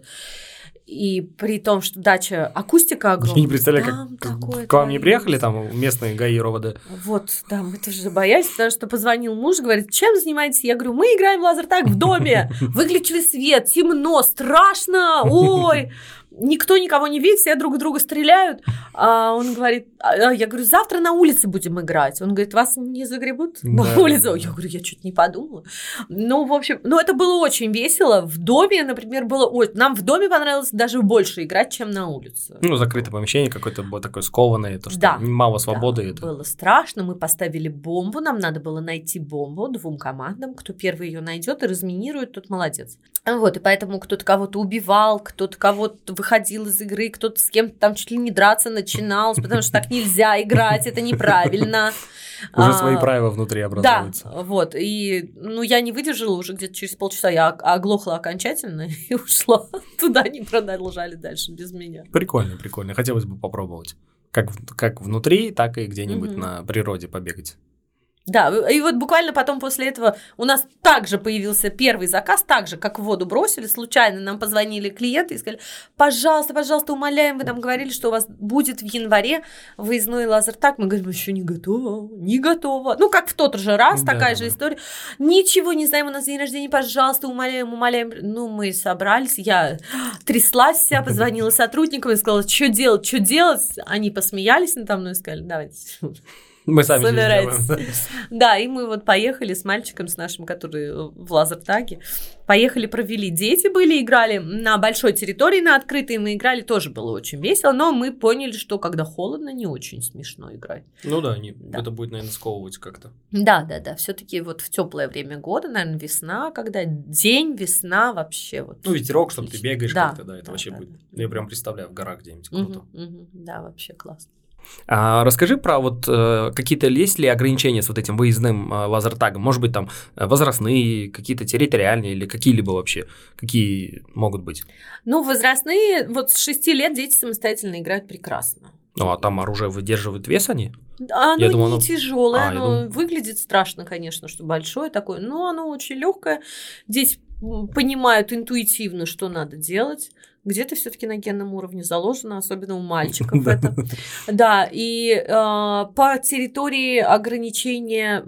И при том, что дача, акустика огромная. Я не представляю, как к вам не приехали там местные ГАИ РОВД. Вот, да, мы тоже боялись, потому что позвонил муж, говорит, чем занимаетесь? Я говорю, мы играем в лазертаг в доме, выключили свет, темно, страшно, ой. Никто никого не видит, все друг друга стреляют. Он говорит, я говорю, завтра на улице будем играть. Он говорит, вас не загребут на улицу? Я говорю, я чуть не подумала. Ну, в общем, это было очень весело. В доме, например, нам в доме понравилось даже больше играть, чем на улице. Ну, закрытое помещение какое-то было такое скованное, то, что мало свободы. Да, это было страшно. Мы поставили бомбу, нам надо было найти бомбу 2 командам. Кто первый ее найдет и разминирует, тот молодец. Вот, и поэтому кто-то кого-то убивал, кто-то кого-то выходил из игры, кто-то с кем-то там чуть ли не драться начинал, потому что так нельзя играть, это неправильно. Уже свои правила внутри образуются. Да, вот, и, я не выдержала уже где-то через полчаса, я оглохла окончательно и ушла туда, они продолжали дальше без меня. Прикольно, прикольно, хотелось бы попробовать, как внутри, так и где-нибудь на природе побегать. Да, и вот буквально потом после этого у нас также появился первый заказ, так же, как в воду бросили, случайно нам позвонили клиенты и сказали, пожалуйста, пожалуйста, умоляем, вы нам говорили, что у вас будет в январе выездной лазертаг. Мы говорим, еще не готово. Ну, как в тот же раз, такая же история. Ничего не знаем, у нас день рождения, пожалуйста, умоляем. Ну, мы собрались, я тряслась вся, позвонила сотрудникам и сказала, что делать? Они посмеялись надо мной и сказали, давайте... Мы сами сделаем. Да, и мы вот поехали с мальчиком, с нашим, который в лазертаге. Поехали, провели. Дети были, играли на большой территории, на открытой мы играли, тоже было очень весело, но мы поняли, что когда холодно, не очень смешно играть. Ну да, это будет, наверное, сковывать как-то. Да, все-таки вот в теплое время года, наверное, весна, когда весна вообще вот. Ну, ветерок, чтобы ты бегаешь как-то, да, это вообще будет. Я прям представляю, в горах где-нибудь круто. Да, вообще классно. Расскажи про какие-то есть ли ограничения с вот этим выездным лазертагом? Может быть, там возрастные, какие-то территориальные или какие-либо вообще? Какие могут быть? Ну, возрастные, вот с 6 лет дети самостоятельно играют прекрасно. Ну, а там оружие выдерживает вес они? Оно не тяжелое, оно выглядит страшно, конечно, что большое такое, но оно очень легкое. Дети понимают интуитивно, что надо делать. Где-то все-таки на генном уровне заложено, особенно у мальчиков это. Да, и по территории ограничения,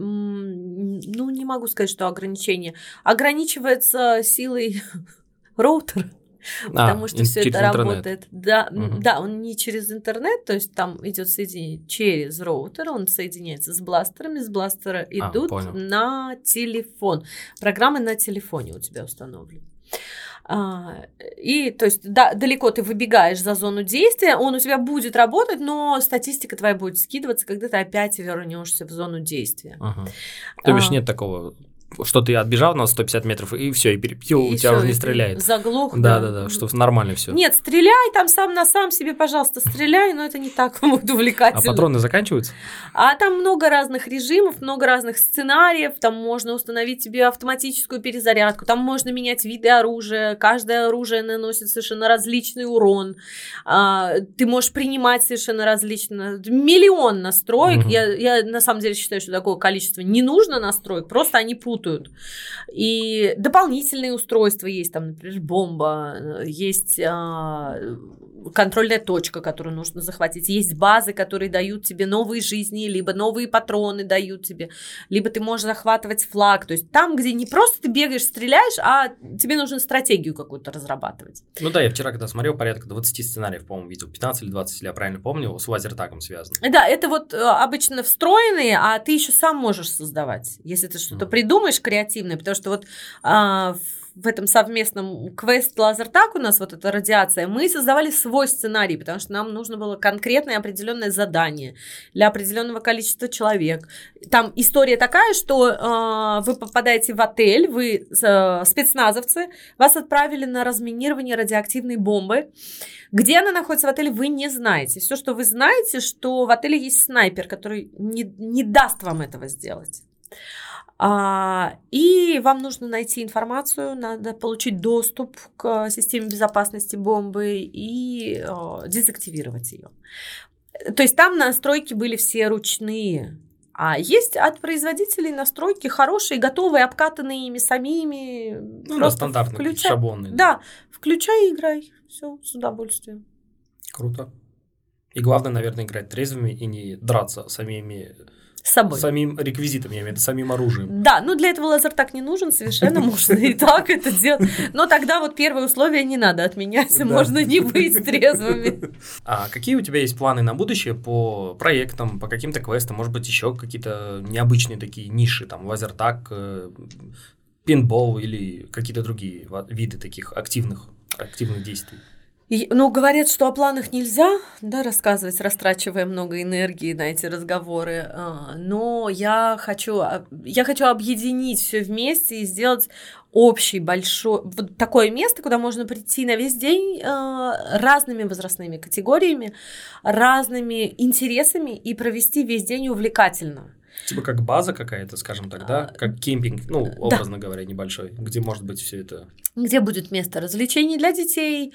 не могу сказать, что ограничение. Ограничивается силой роутера. Потому что все это работает. Да, он не через интернет, то есть там идет соединение через роутер, он соединяется с бластерами, с бластера идут на телефон. Программы на телефоне у тебя установлены. И, то есть, далеко ты выбегаешь за зону действия, он у тебя будет работать, но статистика твоя будет скидываться, когда ты опять вернешься в зону действия. То бишь нет такого, что ты отбежал на 150 метров, и все, и у тебя уже не стреляет. Заглох. Да, что нормально все. Нет, стреляй там сам на сам себе, пожалуйста, стреляй, но это не так будет увлекательно. А патроны заканчиваются? А там много разных режимов, много разных сценариев, там можно установить себе автоматическую перезарядку, там можно менять виды оружия, каждое оружие наносит совершенно различный урон, ты можешь принимать совершенно различно, миллион настроек, я на самом деле считаю, что такое количество не нужно настроек, просто они путают. И дополнительные устройства есть, там, например, бомба, есть контрольная точка, которую нужно захватить, есть базы, которые дают тебе новые жизни, либо новые патроны дают тебе, либо ты можешь захватывать флаг, то есть там, где не просто ты бегаешь, стреляешь, а тебе нужно стратегию какую-то разрабатывать. Ну да, я вчера, когда смотрел, порядка 20 сценариев, по-моему, видел, 15 или 20, если я правильно помню, с лазертагом связано. Да, это вот обычно встроенные, а ты еще сам можешь создавать, если ты что-то придумаешь креативное, потому что вот в этом совместном квест лазертаг у нас вот эта радиация, мы создавали свой сценарий, потому что нам нужно было конкретное определенное задание для определенного количества человек. Там история такая, что вы попадаете в отель, вы спецназовцы, вас отправили на разминирование радиоактивной бомбы. Где она находится в отеле, вы не знаете. Все, что вы знаете, что в отеле есть снайпер, который не даст вам этого сделать. И вам нужно найти информацию, надо получить доступ к системе безопасности бомбы и дезактивировать ее. То есть там настройки были все ручные. А есть от производителей настройки хорошие, готовые, обкатанные ими самими. Ну да, стандартные, шаблонные. Да, включай и играй. Все, с удовольствием. Круто. И главное, наверное, играть трезвыми и не драться самими... С собой. Самим реквизитом, я имею в виду, самим оружием. Да, ну для этого лазертаг не нужен совершенно, можно и так это делать. Но тогда вот первое условие не надо отменять, можно не быть трезвыми. А какие у тебя есть планы на будущее по проектам, по каким-то квестам, может быть, еще какие-то необычные такие ниши, там, лазертаг, пинбол или какие-то другие виды таких активных действий? Ну, говорят, что о планах нельзя, да, рассказывать, растрачивая много энергии на эти разговоры, но я хочу объединить все вместе и сделать общий, большой, вот такое место, куда можно прийти на весь день разными возрастными категориями, разными интересами и провести весь день увлекательно. Типа как база какая-то, скажем так, да? Как кемпинг, ну, образно говоря, небольшой, где может быть все это. Где будет место развлечений для детей,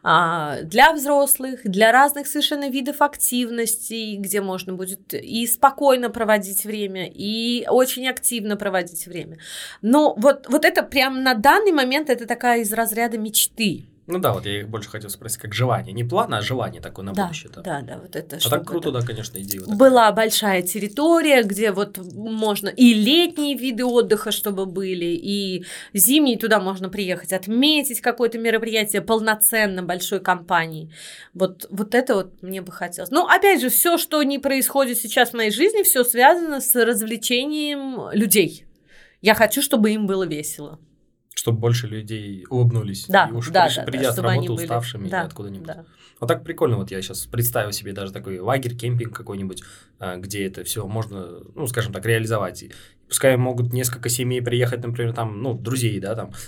для взрослых, для разных совершенно видов активностей, где можно будет и спокойно проводить время, и очень активно проводить время. Но вот это прям на данный момент это такая из разряда мечты. Ну да, вот я больше хотел спросить, как желание. Не план, а желание такое на будущее. Да, вот это так круто, да, конечно, идея. Вот была большая территория, где вот можно и летние виды отдыха, чтобы были, и зимние, туда можно приехать, отметить какое-то мероприятие полноценно большой компании. Вот это вот мне бы хотелось. Ну, опять же, все, что не происходит сейчас в моей жизни, все связано с развлечением людей. Я хочу, чтобы им было весело. Чтобы больше людей улыбнулись. Да, и уж придя с работы уставшими или откуда-нибудь. Да. Вот так прикольно, вот я сейчас представил себе даже такой лагерь, кемпинг какой-нибудь, где это все можно, ну, скажем так, реализовать. И пускай могут несколько семей приехать, например, там, ну, друзей, да, там,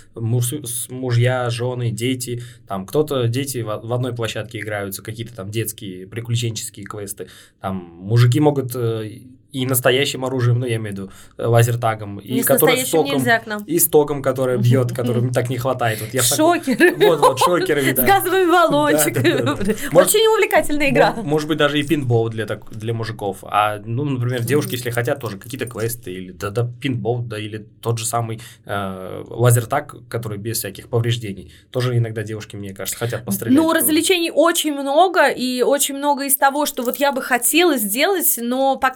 мужья, жены, дети, там, дети в одной площадке играются, какие-то там детские приключенческие квесты, там, мужики могут... И настоящим оружием, ну, я имею в виду лазертагом. И с настоящим нельзя к нам. И с током, который бьет, которым так не хватает. Вот шокеры. Вот, шокеры, да. С газовым баллончиком. Очень увлекательная игра. Может быть, даже и пинбол для мужиков. А, ну, например, девушки, если хотят, тоже какие-то квесты, или пинбол, да, или тот же самый лазертаг, который без всяких повреждений. Тоже иногда девушки, мне кажется, хотят пострелять. Ну, развлечений очень много, и очень много из того, что вот я бы хотела сделать, но пока я понимаю,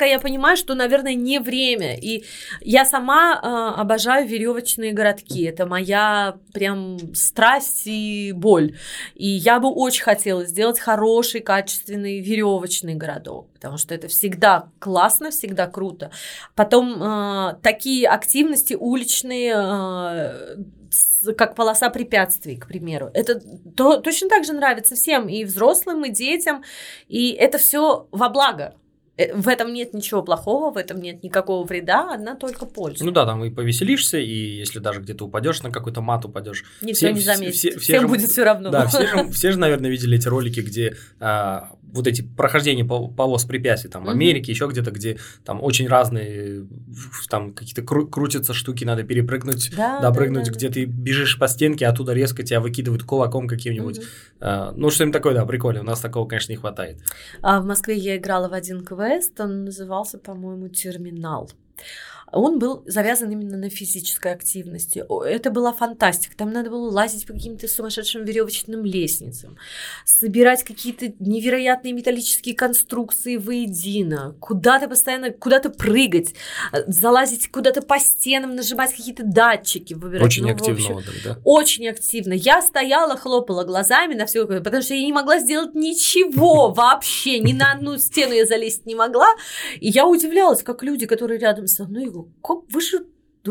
понимаю, что, наверное, не время. И я сама обожаю веревочные городки. Это моя прям страсть и боль. И я бы очень хотела сделать хороший, качественный веревочный городок, потому что это всегда классно, всегда круто. Потом такие активности уличные, как полоса препятствий, к примеру. Это точно так же нравится всем, и взрослым, и детям, и это все во благо. В этом нет ничего плохого, в этом нет никакого вреда, одна только польза. Ну да, там и повеселишься, и если даже где-то упадешь на какой-то мат, упадешь. Никто не заметит, всем будет все равно. Да, все же, наверное, видели эти ролики, где вот эти прохождения полос препятствий, там в Америке, еще где-то, где там очень разные, там какие-то крутятся штуки, надо перепрыгнуть, допрыгнуть, где ты бежишь по стенке, оттуда резко тебя выкидывают кулаком каким-нибудь. Ну, что-нибудь такое, да, прикольно, у нас такого, конечно, не хватает. В Москве я играла в один квест, он назывался, по-моему, «Терминал». Он был завязан именно на физической активности. Это была фантастика. Там надо было лазить по каким-то сумасшедшим веревочным лестницам, собирать какие-то невероятные металлические конструкции воедино, куда-то постоянно, куда-то прыгать, залазить куда-то по стенам, нажимать какие-то датчики, выбирать. Очень активно, да? Очень активно. Я стояла, хлопала глазами на все, потому что я не могла сделать ничего вообще, ни на одну стену я залезть не могла. И я удивлялась, как люди, которые рядом со мной, вы же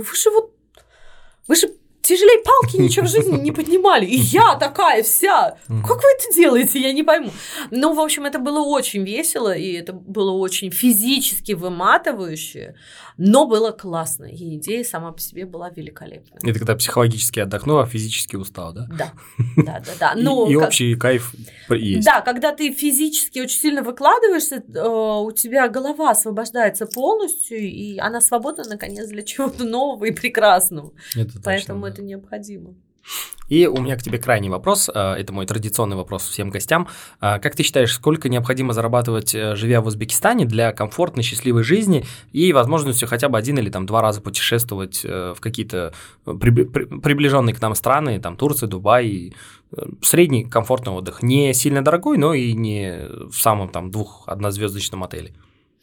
тяжелее палки ничего в жизни не поднимали. И я такая вся. Как вы это делаете? Я не пойму. Ну, в общем, это было очень весело, и это было очень физически выматывающе, но было классно. И идея сама по себе была великолепна. Это когда психологически отдохнул, а физически устал, да? Да. И общий кайф есть. Да, когда ты физически очень сильно выкладываешься, у тебя голова освобождается полностью, и она свободна, наконец, для чего-то нового и прекрасного. Поэтому это необходимо. И у меня к тебе крайний вопрос, это мой традиционный вопрос всем гостям. Как ты считаешь, сколько необходимо зарабатывать, живя в Узбекистане, для комфортной, счастливой жизни и возможностью хотя бы 1 или 2 раза путешествовать в какие-то приближенные к нам страны, там Турция, Дубай, средний комфортный отдых, не сильно дорогой, но и не в самом 2-1-звездочном отеле?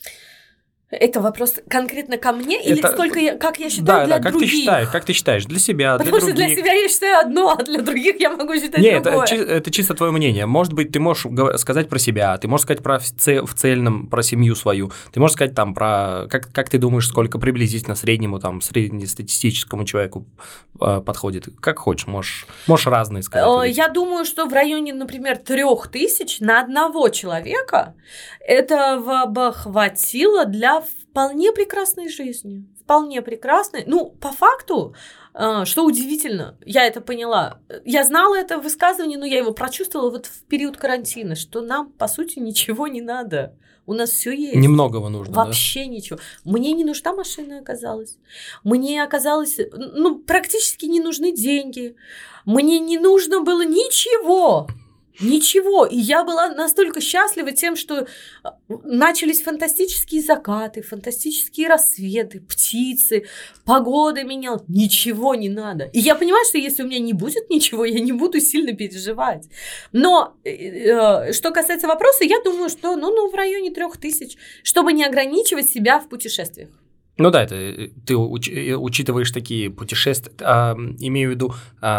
Это вопрос конкретно ко мне или сколько как я считаю для других? Как ты считаешь, для себя, Потому для других? Потому что для себя я считаю одно, а для других я могу считать другое. Нет, это чисто твое мнение. Может быть, ты можешь сказать про себя, ты можешь сказать в цельном про семью свою, ты можешь сказать про как ты думаешь, сколько приблизительно среднему среднестатистическому человеку подходит. Как хочешь, можешь разные сказать. Я думаю, что в районе, например, 3000 на одного человека этого бы хватило для вполне прекрасной жизни. Вполне прекрасной. Ну, по факту, что удивительно, я это поняла. Я знала это высказывание, но я его прочувствовала вот в период карантина, что нам, по сути, ничего не надо. У нас все есть. Немногого нужно. Вообще ничего. Мне не нужна машина оказалась. Мне оказалось, практически не нужны деньги. Мне не нужно было ничего. Ничего. И я была настолько счастлива тем, что начались фантастические закаты, фантастические рассветы, птицы, погода менялась. Ничего не надо. И я понимаю, что если у меня не будет ничего, я не буду сильно переживать. Но что касается вопроса, я думаю, что в районе 3000, чтобы не ограничивать себя в путешествиях. Ну да, это ты учитываешь такие путешествия, имею в виду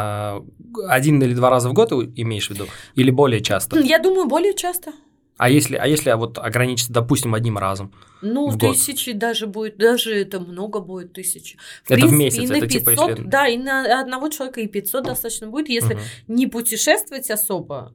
1 или 2 раза в год имеешь в виду, или более часто? Я думаю, более часто. А если вот ограничиться, допустим, 1 разом? В 1000 даже будет, даже это много будет 1000. Это в месяц, это 500, типа если... Да, и на одного человека и 500 достаточно будет, если не путешествовать особо.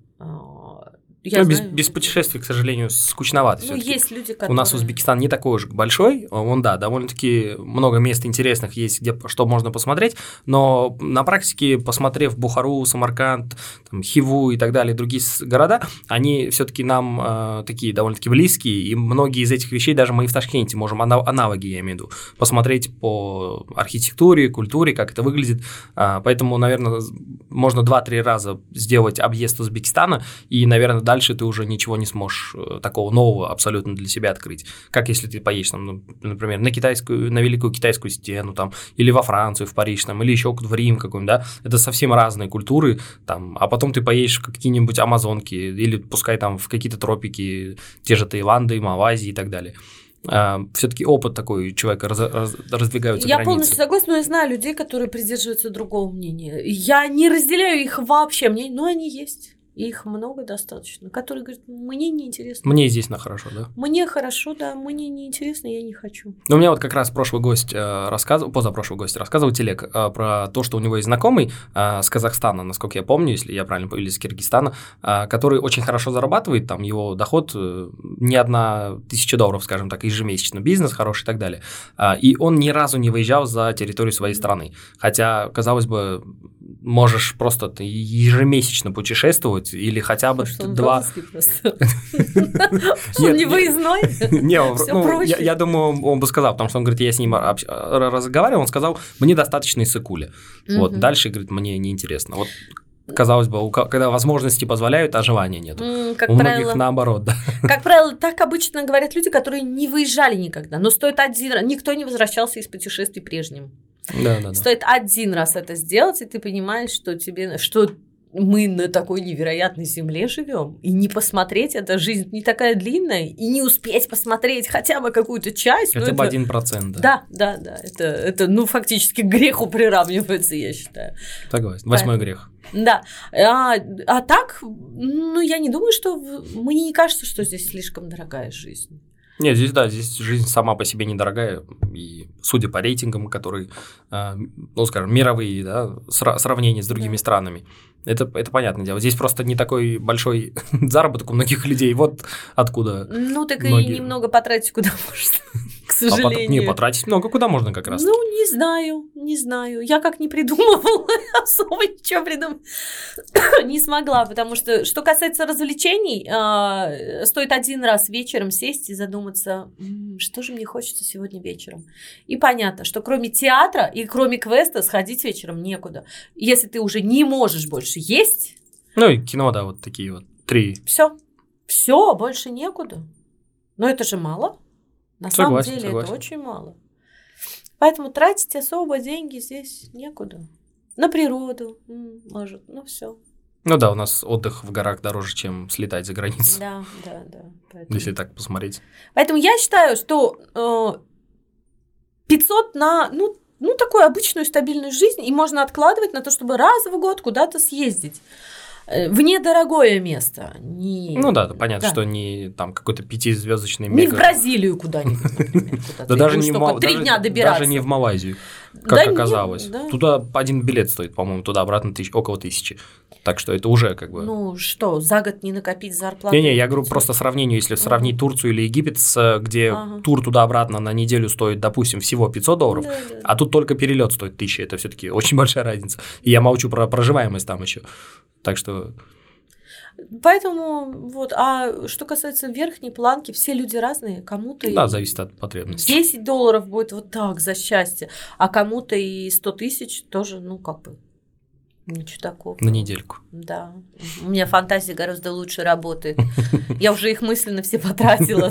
Без путешествий, к сожалению, скучновато. Есть люди, которые... У нас Узбекистан не такой уж большой, он, довольно-таки много мест интересных есть, где что можно посмотреть, но на практике, посмотрев Бухару, Самарканд, Хиву и так далее, другие города, они все-таки нам такие довольно-таки близкие, и многие из этих вещей даже мы и в Ташкенте можем, аналоги, я имею в виду, посмотреть по архитектуре, культуре, как это выглядит, поэтому, наверное, можно 2-3 раза сделать объезд Узбекистана, и, наверное, дальше ты уже ничего не сможешь такого нового абсолютно для себя открыть. Как если ты поедешь, например, на Великую Китайскую стену, или во Францию, в Париж, или еще в Рим какой-нибудь, да, это совсем разные культуры, а потом ты поедешь в какие-нибудь Амазонки, или пускай в какие-то тропики, те же Таиланды, Малайзии и так далее. Все-таки опыт такой у человека раздвигаются Я границы. полностью согласна, но я знаю людей, которые придерживаются другого мнения. Я не разделяю их вообще мнение, но они есть. Их много достаточно, которые говорят, мне неинтересно. Мне здесь хорошо, да? Мне хорошо, да, мне неинтересно, я не хочу. Ну, у меня вот как раз позапрошлый гость рассказывал телег про то, что у него есть знакомый с Казахстана, насколько я помню, если я правильно, или из Киргизстана, который очень хорошо зарабатывает, там его доход не $1000, скажем так, ежемесячно, бизнес хороший и так далее. И он ни разу не выезжал за территорию своей страны. Хотя, казалось бы, можешь просто ежемесячно путешествовать или хотя бы два... Он не выездной? Не, я думаю, он бы сказал, потому что он говорит, я с ним разговаривал, он сказал, мне достаточно Иссык-Куля. Вот, дальше, говорит, мне неинтересно. Вот, казалось бы, когда возможности позволяют, а желания нет. У многих наоборот, да. Как правило, так обычно говорят люди, которые не выезжали никогда, но стоит один раз, никто не возвращался из путешествий прежним. Да. Стоит один раз это сделать, и ты понимаешь, что мы на такой невероятной земле живем, и не посмотреть, эта жизнь не такая длинная, и не успеть посмотреть хотя бы какую-то часть. Хотя бы 1%. Да. Это фактически к греху приравнивается, я считаю. Согласен. 8-й грех. Да. А так, я не думаю, что... Мне не кажется, что здесь слишком дорогая жизнь. Нет, здесь жизнь сама по себе недорогая, и судя по рейтингам, которые, скажем, мировые, да, сравнение с другими странами, это понятное дело. Здесь просто не такой большой заработок у многих людей, вот откуда. Так многие... и немного потратить куда можно, к сожалению. Потратить много куда можно как раз. Не знаю. Я как не придумывала, особо ничего придумать не смогла, потому что касается развлечений, стоит один раз вечером сесть и задуматься, что же мне хочется сегодня вечером. И понятно, что кроме театра и кроме квеста сходить вечером некуда. Если ты уже не можешь больше есть. И кино, да, вот такие вот 3. Все, больше некуда. Но это же мало. На самом деле это очень мало. Поэтому тратить особо деньги здесь некуда. На природу, может, все. У нас отдых в горах дороже, чем слетать за границу. Да. Поэтому... Если так посмотреть. Поэтому я считаю, что 500 на, такую обычную стабильную жизнь, и можно откладывать на то, чтобы раз в год куда-то съездить. В недорогое место. Понятно, что не там какой-то 5-звездочный Не в Бразилию куда-нибудь, например. Да даже не в 3 дня добираться. Даже не в Малайзию, как оказалось. Туда один билет стоит, по-моему, туда-обратно около 1000. Так что это уже как бы... за год не накопить зарплату? Не, я говорю просто сравнению, если сравнить Турцию или Египет, где тур туда-обратно на неделю стоит, допустим, всего $500, а тут только перелет стоит 1000, это все-таки очень большая разница. И я молчу про проживаемость там еще. Так что... Поэтому, а что касается верхней планки, все люди разные, кому-то... Да, зависит от потребностей. $10 будет вот так за счастье, а кому-то и 100 тысяч тоже, ничего такого. На недельку. Да. У меня фантазия гораздо лучше работает. Я уже их мысленно все потратила.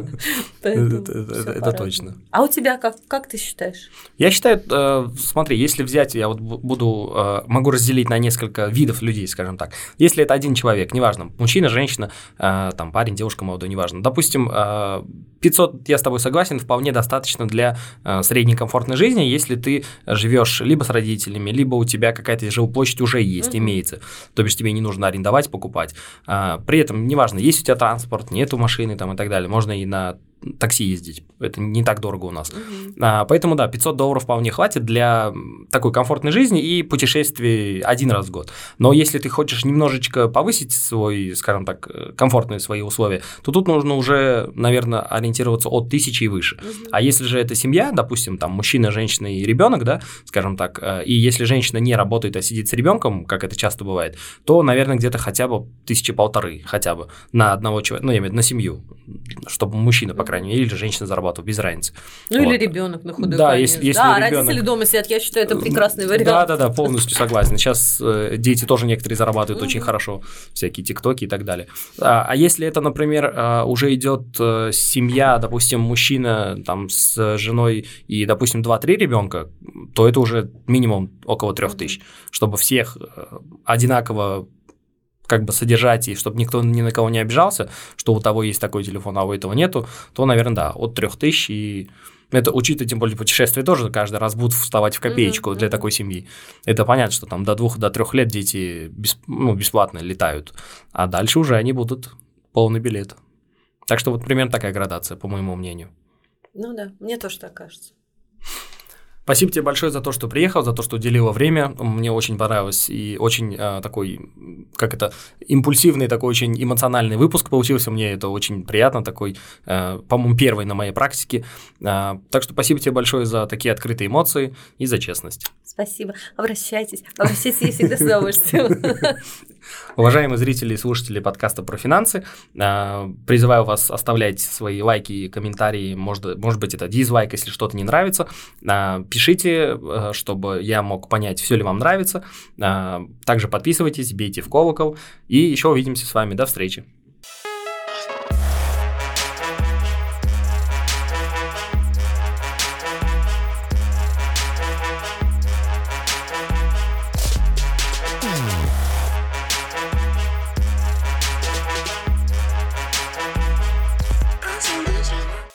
Это точно. А у тебя как ты считаешь? Я считаю, смотри, если взять, я могу разделить на несколько видов людей, скажем так. Если это один человек, неважно, мужчина, женщина, там парень, девушка молодой, неважно. Допустим, 500, я с тобой согласен, вполне достаточно для средней комфортной жизни, если ты живешь либо с родителями, либо у тебя какая-то жилплощадь уже есть, имеется. То бишь тебе не нужно арендовать, покупать. При этом, неважно, есть у тебя транспорт, нету машины там, и так далее, можно и на такси ездить, это не так дорого у нас. Поэтому, да, $500 вполне хватит для такой комфортной жизни и путешествий один раз в год. Но если ты хочешь немножечко повысить свой, скажем так, комфортные свои условия, то тут нужно уже, наверное, ориентироваться от 1000 и выше. А если же это семья, допустим, там мужчина, женщина и ребенок, да, скажем так, и если женщина не работает, а сидит с ребенком, как это часто бывает, то, наверное, где-то хотя бы 1500 хотя бы на одного человека, я имею в виду на семью, чтобы мужчина, по крайней мере, или женщина зарабатывает, без разницы. Или ребенок на худой конец. Если родители дома сидят, я считаю, это прекрасный вариант. Да, полностью согласен. Сейчас дети тоже некоторые зарабатывают очень хорошо, всякие тиктоки и так далее. А если это, например, уже идет семья, допустим, мужчина там с женой и, допустим, 2-3 ребенка, то это уже минимум около 3000, чтобы всех одинаково как бы содержать, и чтобы никто ни на кого не обижался, что у того есть такой телефон, а у этого нету, то, наверное, да, от 3000, и это учитывая, тем более, путешествия тоже каждый раз будут вставать в копеечку для такой семьи. Это понятно, что там до 2-3 лет дети бесплатно летают, а дальше уже они будут полный билет. Так что вот примерно такая градация, по моему мнению. Ну да, мне тоже так кажется. Спасибо тебе большое за то, что приехал, за то, что уделила время. Мне очень понравилось и очень такой, импульсивный, такой очень эмоциональный выпуск получился. Мне это очень приятно, такой, по-моему, первый на моей практике. Так что спасибо тебе большое за такие открытые эмоции и за честность. Спасибо. Обращайтесь, я всегда с удовольствием. Уважаемые зрители и слушатели подкаста про финансы, призываю вас оставлять свои лайки и комментарии, может быть, это дизлайк, если что-то не нравится. Пишите, чтобы я мог понять, все ли вам нравится. Также подписывайтесь, бейте в колокол, и еще увидимся с вами. До встречи.